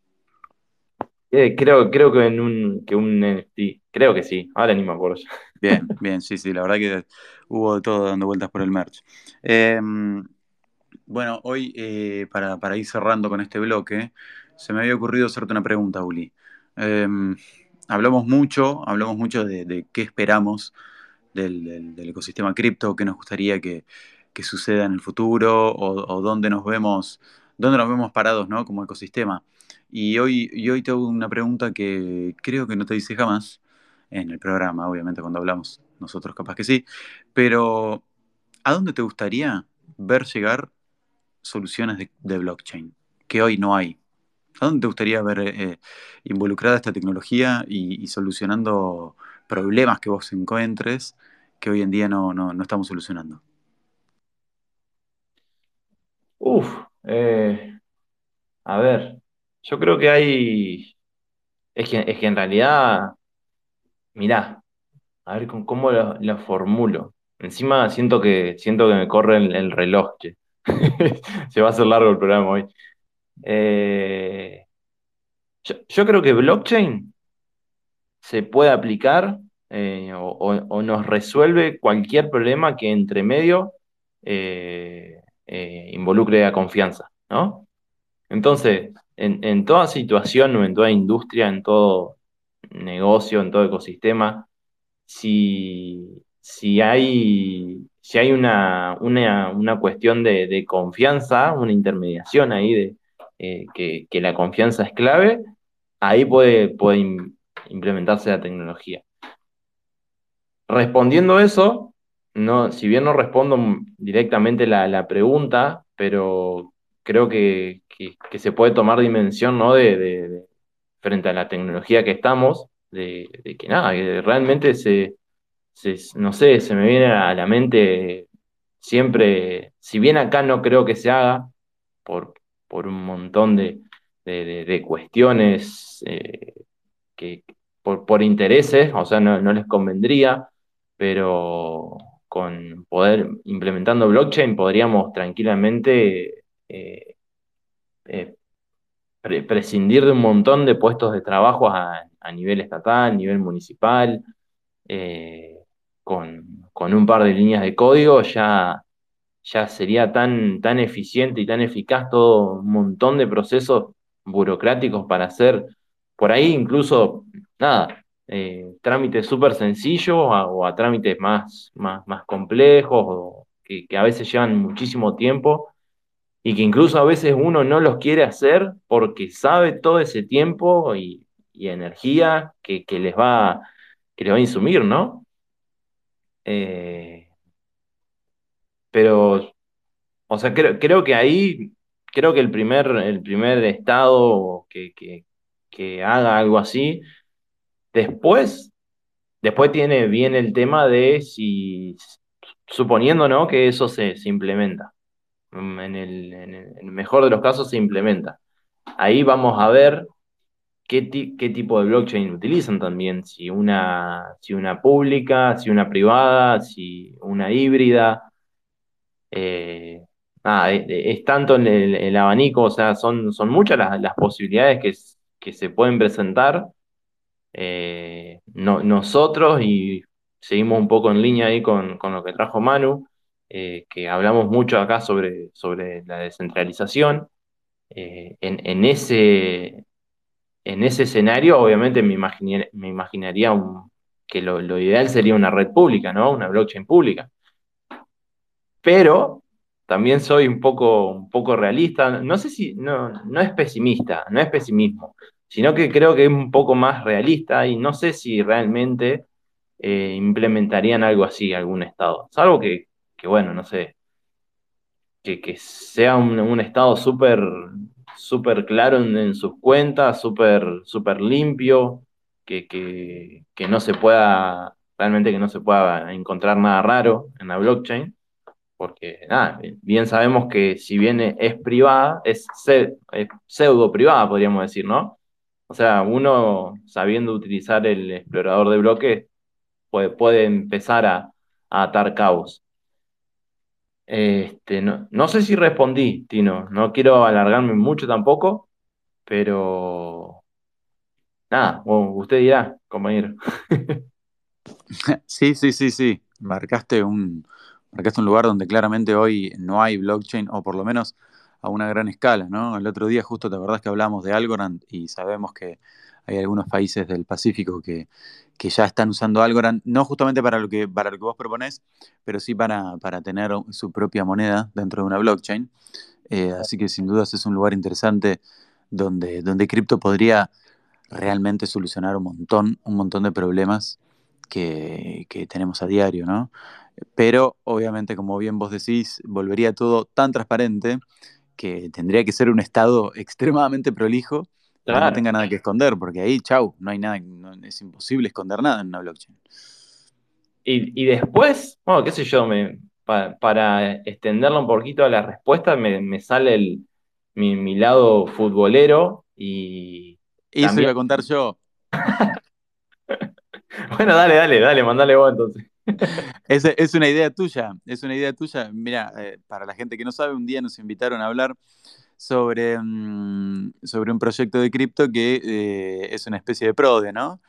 Creo que un NFT, creo que sí, ahora ni me acuerdo. Bien, bien, sí, sí, la verdad que hubo de todo dando vueltas por el merch. Eh, bueno, hoy para ir cerrando con este bloque, se me había ocurrido hacerte una pregunta, Uli. Eh, hablamos mucho de qué esperamos del ecosistema cripto, qué nos gustaría que suceda en el futuro o dónde nos vemos parados, ¿no? Como ecosistema. Y hoy te hago una pregunta que creo que no te hice jamás en el programa, obviamente cuando hablamos nosotros capaz que sí, pero ¿a dónde te gustaría ver llegar soluciones de blockchain que hoy no hay? ¿A dónde te gustaría ver involucrada esta tecnología y solucionando problemas que vos encuentres que hoy en día no estamos solucionando? Uf, a ver. Yo creo que hay, es que en realidad, mirá, a ver cómo lo formulo. Encima siento que me corre el reloj, che. Se va a hacer largo el programa hoy. Eh, yo creo que blockchain se puede aplicar o nos resuelve cualquier problema que entre medio involucre a confianza, ¿no? Entonces, en toda situación o en toda industria, en todo negocio, en todo ecosistema, si hay una cuestión de confianza, una intermediación ahí que la confianza es clave, ahí puede implementarse la tecnología. Respondiendo eso, no, si bien no respondo directamente la pregunta, pero creo que se puede tomar dimensión, ¿no? Frente a la tecnología que estamos, de que nada, que realmente no sé, se me viene a la mente siempre, si bien acá no creo que se haga por, por un montón de cuestiones que por intereses, o sea, no les convendría, pero con poder, implementando blockchain, podríamos tranquilamente eh, prescindir de un montón de puestos de trabajo a nivel estatal, nivel municipal, eh, con un par de líneas de código ya sería tan eficiente y tan eficaz todo un montón de procesos burocráticos para hacer, por ahí incluso, nada, trámites súper sencillos o a trámites más complejos o que a veces llevan muchísimo tiempo y que incluso a veces uno no los quiere hacer porque sabe todo ese tiempo y energía que les va a insumir, ¿no? Eh, pero O sea, creo que ahí, creo que el primer estado que haga algo así, después, después viene el tema de si, suponiendo, ¿no? Que eso se implementa. En el mejor de los casos se implementa. Ahí vamos a ver qué tipo de blockchain utilizan también, si una pública, si una privada, si una híbrida. Eh, nada, es tanto el abanico, o sea, son muchas las posibilidades que se pueden presentar. Nosotros, y seguimos un poco en línea ahí con lo que trajo Manu, que hablamos mucho acá sobre la descentralización. En ese escenario, obviamente, me imaginaría que lo ideal sería una red pública, ¿no? Una blockchain pública, pero también soy un poco realista. No sé si, no es pesimista, no es pesimismo, sino que creo que es un poco más realista y no sé si realmente implementarían algo así algún estado. Salvo que bueno, no sé, que sea un estado súper súper claro en sus cuentas, súper súper limpio, que no se pueda, realmente que no se pueda encontrar nada raro en la blockchain porque nada, bien sabemos que si bien es privada, es pseudo privada, podríamos decir, ¿no? O sea, uno sabiendo utilizar el explorador de bloques puede empezar a atar cabos. No sé si respondí, Tino, no quiero alargarme mucho tampoco, pero nada, bueno, usted dirá, compañero. Sí, sí, sí, sí. Marcaste un lugar donde claramente hoy no hay blockchain, o por lo menos a una gran escala, ¿no? El otro día justo te acordás que hablamos de Algorand y sabemos que hay algunos países del Pacífico que ya están usando Algorand, no justamente para lo que vos proponés, pero sí para tener su propia moneda dentro de una blockchain. Así que sin dudas es un lugar interesante donde cripto podría realmente solucionar un montón de problemas que tenemos a diario, ¿no? Pero obviamente, como bien vos decís, volvería todo tan transparente que tendría que ser un estado extremadamente prolijo que no Claro. tenga nada que esconder, porque ahí, chau, no hay nada, es imposible esconder nada en una blockchain. Y después, bueno, qué sé yo, para extenderlo un poquito a la respuesta, me sale mi lado futbolero Y Eso también, iba a contar yo. bueno, dale, mandale vos entonces. Es una idea tuya, es una idea tuya. Mira, para la gente que no sabe, un día nos invitaron a hablar sobre un proyecto de cripto que es una especie de PRODE, ¿no?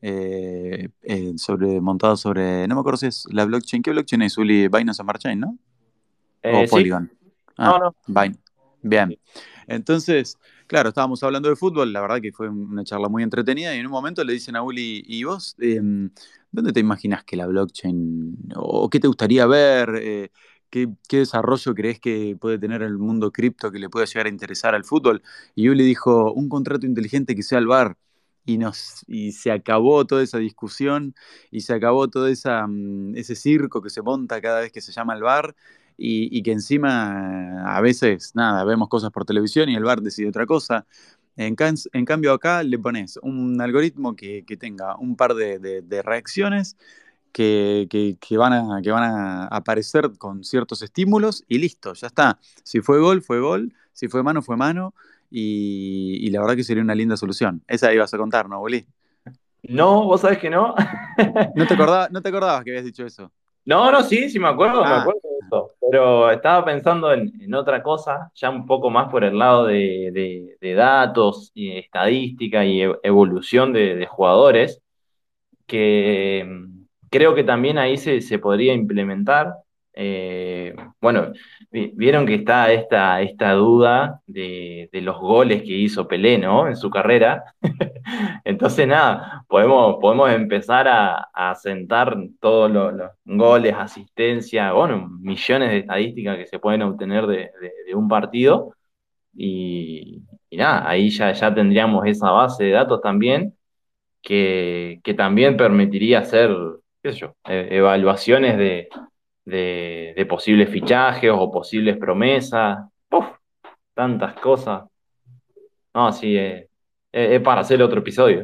Montado sobre, no me acuerdo si es la blockchain. ¿Qué blockchain es, Uli? Binance Smart Chain, ¿no? O Sí, Polygon. no, Ah, no. Binance. Sí, Bien. sí. Entonces, claro, estábamos hablando de fútbol, la verdad que fue una charla muy entretenida y en un momento le dicen a Uli, ¿y vos dónde te imaginas que la blockchain, o qué te gustaría ver? ¿Qué desarrollo crees que puede tener el mundo cripto que le pueda llegar a interesar al fútbol? Y Uli dijo, un contrato inteligente que sea el VAR. Y se acabó toda esa discusión y se acabó todo ese circo que se monta cada vez que se llama el VAR y que encima a veces, nada, vemos cosas por televisión y el VAR decide otra cosa. En cambio acá le pones un algoritmo que tenga un par de reacciones que van a aparecer con ciertos estímulos y listo, ya está. Si fue gol, fue gol. Si fue mano, fue mano. Y la verdad que sería una linda solución. Esa ibas a contar, ¿no, Bolí? No, vos sabés que no. No te acordabas que habías dicho eso? No, no, sí, sí me Ah, acuerdo de eso. Pero estaba pensando en otra cosa, ya un poco más por el lado de datos y estadística y evolución de jugadores, que creo que también ahí se podría implementar. Bueno, vieron que está esta duda de los goles que hizo Pelé, ¿no? En su carrera. Entonces, nada, podemos empezar a sentar todos los goles, asistencia, bueno, millones de estadísticas que se pueden obtener de un partido y nada, ahí ya tendríamos esa base de datos también que también permitiría hacer, qué sé yo, evaluaciones de posibles fichajes o posibles promesas. Uf, tantas cosas. No, sí, es para hacer otro episodio.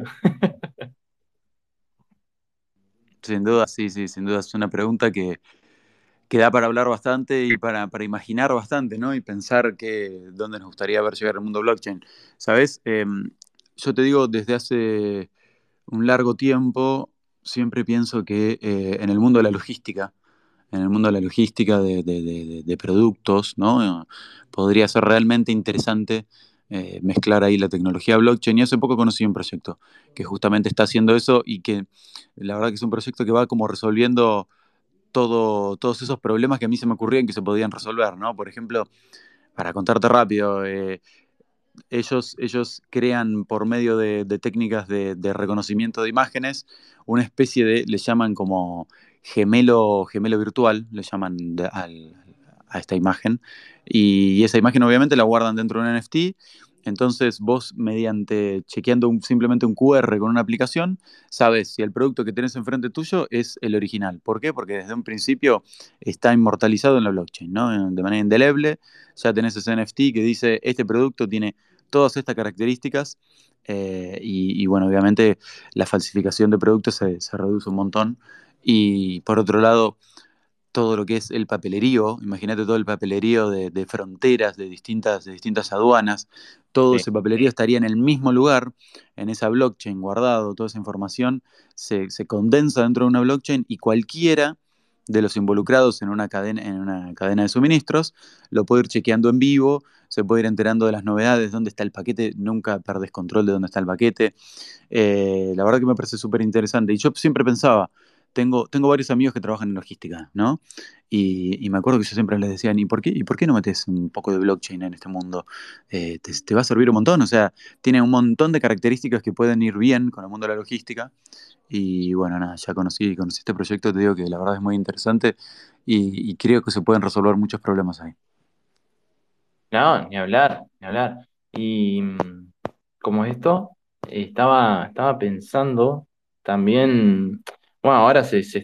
sin duda, sí, sí, sin duda es una pregunta que da para hablar bastante y para imaginar bastante, ¿no? Y pensar dónde nos gustaría ver llegar el mundo blockchain. ¿Sabes? Yo te digo, desde hace un largo tiempo, siempre pienso que en el mundo de la logística, en el mundo de la logística de productos, ¿no? Podría ser realmente interesante mezclar ahí la tecnología blockchain. Y hace poco conocí un proyecto que justamente está haciendo eso y que la verdad que es un proyecto que va como resolviendo todos esos problemas que a mí se me ocurrían que se podían resolver, ¿no? Por ejemplo, para contarte rápido, ellos crean por medio de técnicas de reconocimiento de imágenes una especie le llaman como gemelo virtual, le llaman a esta imagen, y esa imagen obviamente la guardan dentro de un NFT. Entonces vos, mediante chequeando simplemente un QR con una aplicación, sabes si el producto que tenés enfrente tuyo es el original. ¿Por qué? Porque desde un principio está inmortalizado en la blockchain, ¿no? De manera indeleble, ya tenés ese NFT que dice, este producto tiene todas estas características bueno, obviamente la falsificación de productos se reduce un montón. Y por otro lado, todo lo que es el papelerío, imagínate todo el papelerío de fronteras de distintas aduanas, todo Sí. ese papelerío estaría en el mismo lugar, en esa blockchain guardado, toda esa información se condensa dentro de una blockchain y cualquiera de los involucrados en una cadena de suministros lo puede ir chequeando en vivo, se puede ir enterando de las novedades, dónde está el paquete, nunca perdés control de dónde está el paquete. La verdad que me parece súper interesante. Y yo siempre pensaba, tengo varios amigos que trabajan en logística, ¿no? Y me acuerdo que yo siempre les decía, ¿y por qué no metes un poco de blockchain en este mundo? Te va a servir un montón, o sea, tiene un montón de características que pueden ir bien con el mundo de la logística. Y bueno, nada, ya conocí este proyecto, te digo que la verdad es muy interesante y creo que se pueden resolver muchos problemas ahí. No, ni hablar, ni hablar. Y como esto, estaba pensando también, bueno, ahora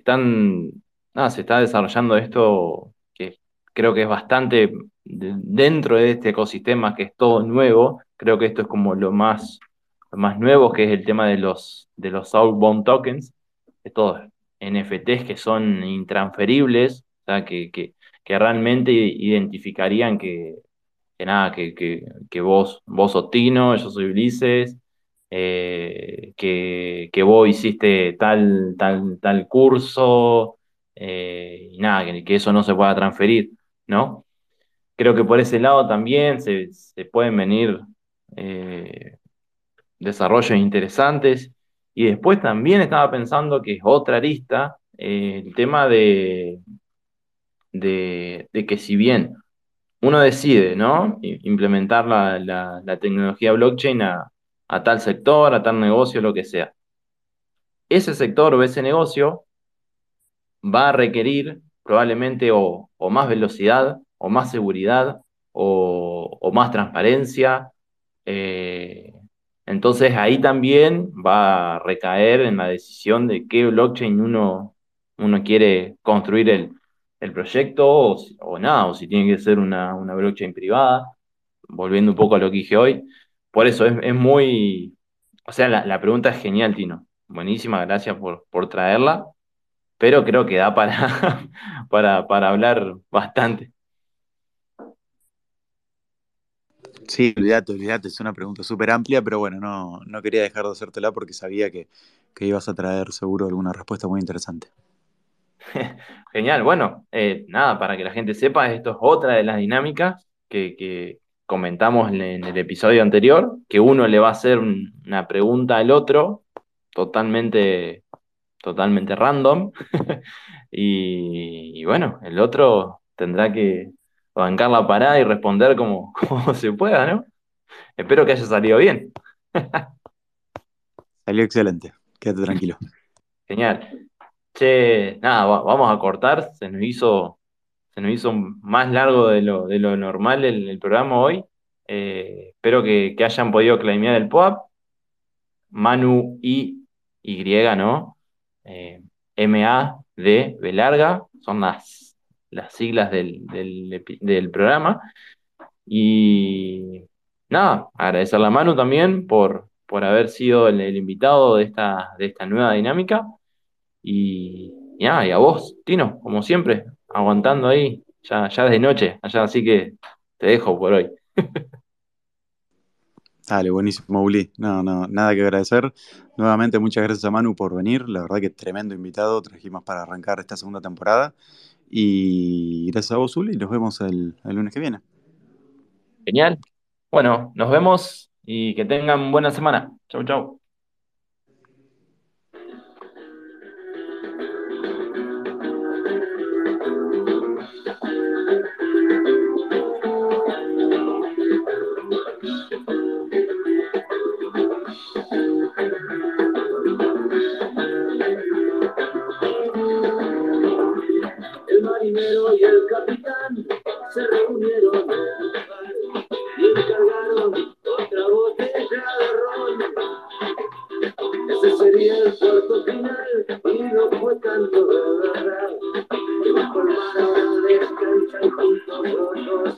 se está desarrollando esto que creo que es bastante dentro de este ecosistema que es todo nuevo. Creo que esto es como lo más nuevo, que es el tema de los Southbound Tokens, estos NFTs que son intransferibles, o sea, que realmente identificarían que nada, que vos sos Tino, yo soy Ulises, que vos hiciste tal curso, y nada, que eso no se pueda transferir, ¿no? Creo que por ese lado también se pueden venir eh, desarrollos interesantes. Y después también estaba pensando que es otra arista, el tema de que si bien uno decide, ¿no? Implementar la tecnología blockchain a tal sector, a tal negocio, lo que sea. Ese sector o ese negocio va a requerir probablemente o más velocidad, o más seguridad, o más transparencia. Eh, entonces ahí también va a recaer en la decisión de qué blockchain uno quiere construir el proyecto, o nada, o si tiene que ser una blockchain privada, volviendo un poco a lo que dije hoy. Por eso es muy, o sea, la pregunta es genial, Tino. Buenísima, gracias por traerla, pero creo que da para, para hablar bastante. Sí, olvídate, es una pregunta súper amplia, pero bueno, no quería dejar de hacértela porque sabía que ibas a traer seguro alguna respuesta muy interesante. Genial, bueno, nada, para que la gente sepa, esto es otra de las dinámicas que comentamos en el episodio anterior, que uno le va a hacer una pregunta al otro totalmente, totalmente random, y bueno, el otro tendrá que bancar la parada y responder como, como se pueda, ¿no? Espero que haya salido bien. Salió excelente, quédate tranquilo. Genial. Che, nada, vamos a cortar. Se nos hizo más largo de lo normal el programa hoy. Espero que hayan podido claimear el POAP. Manu Y, ¿no? MAD, B larga, son las siglas del programa. Y nada, agradecerle a Manu también por haber sido el invitado de esta nueva dinámica. Y nada, y a vos, Tino, como siempre, aguantando ahí, ya es de noche, allá, así que te dejo por hoy. Dale, buenísimo, Uli. No, nada que agradecer. Nuevamente, muchas gracias a Manu por venir. La verdad que tremendo invitado trajimos para arrancar esta segunda temporada. Y gracias a vos, Uli. Nos vemos el lunes que viene. Genial. Bueno, nos vemos y que tengan buena semana. Chau, chau. El marinero y el capitán se reunieron en el bar y encargaron otra botella de ron. Ese sería el puerto final y no fue tanto de verdad. Que bajo el mar ahora descansan juntos los dos.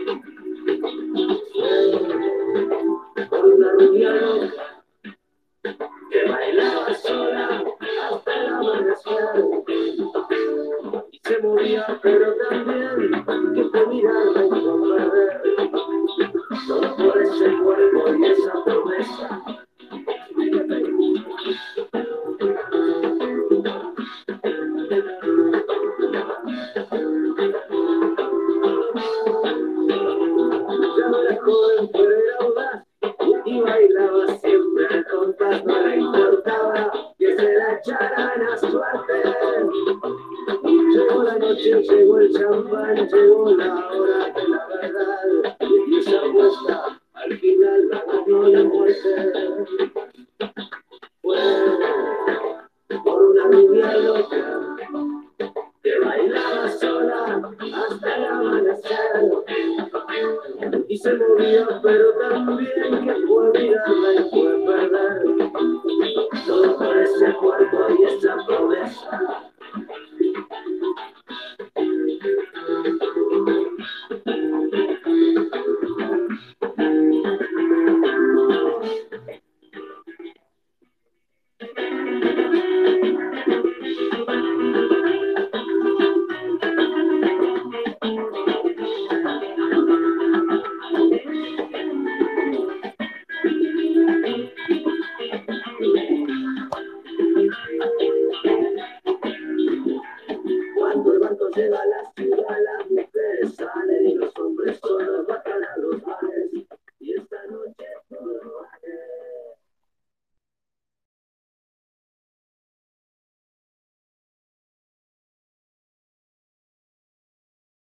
Por una rubia loca que bailaba sola hasta el amanecer. Y se movía, pero también que fue mirarla y no perder. Todo por ese cuerpo y esa promesa. Ya no era joven, pero era audaz y bailaba siempre al compás. No le importaba que se la echaran a suerte. Llegó la noche, llegó el champán, llegó la hora de la verdad. Y esa apuesta al final la ganó la muerte. Fue por una rubia loca que bailaba sola hasta el amanecer. Y se movía, pero también que fue mirarla y fue perder. Todo por ese cuerpo y esa promesa.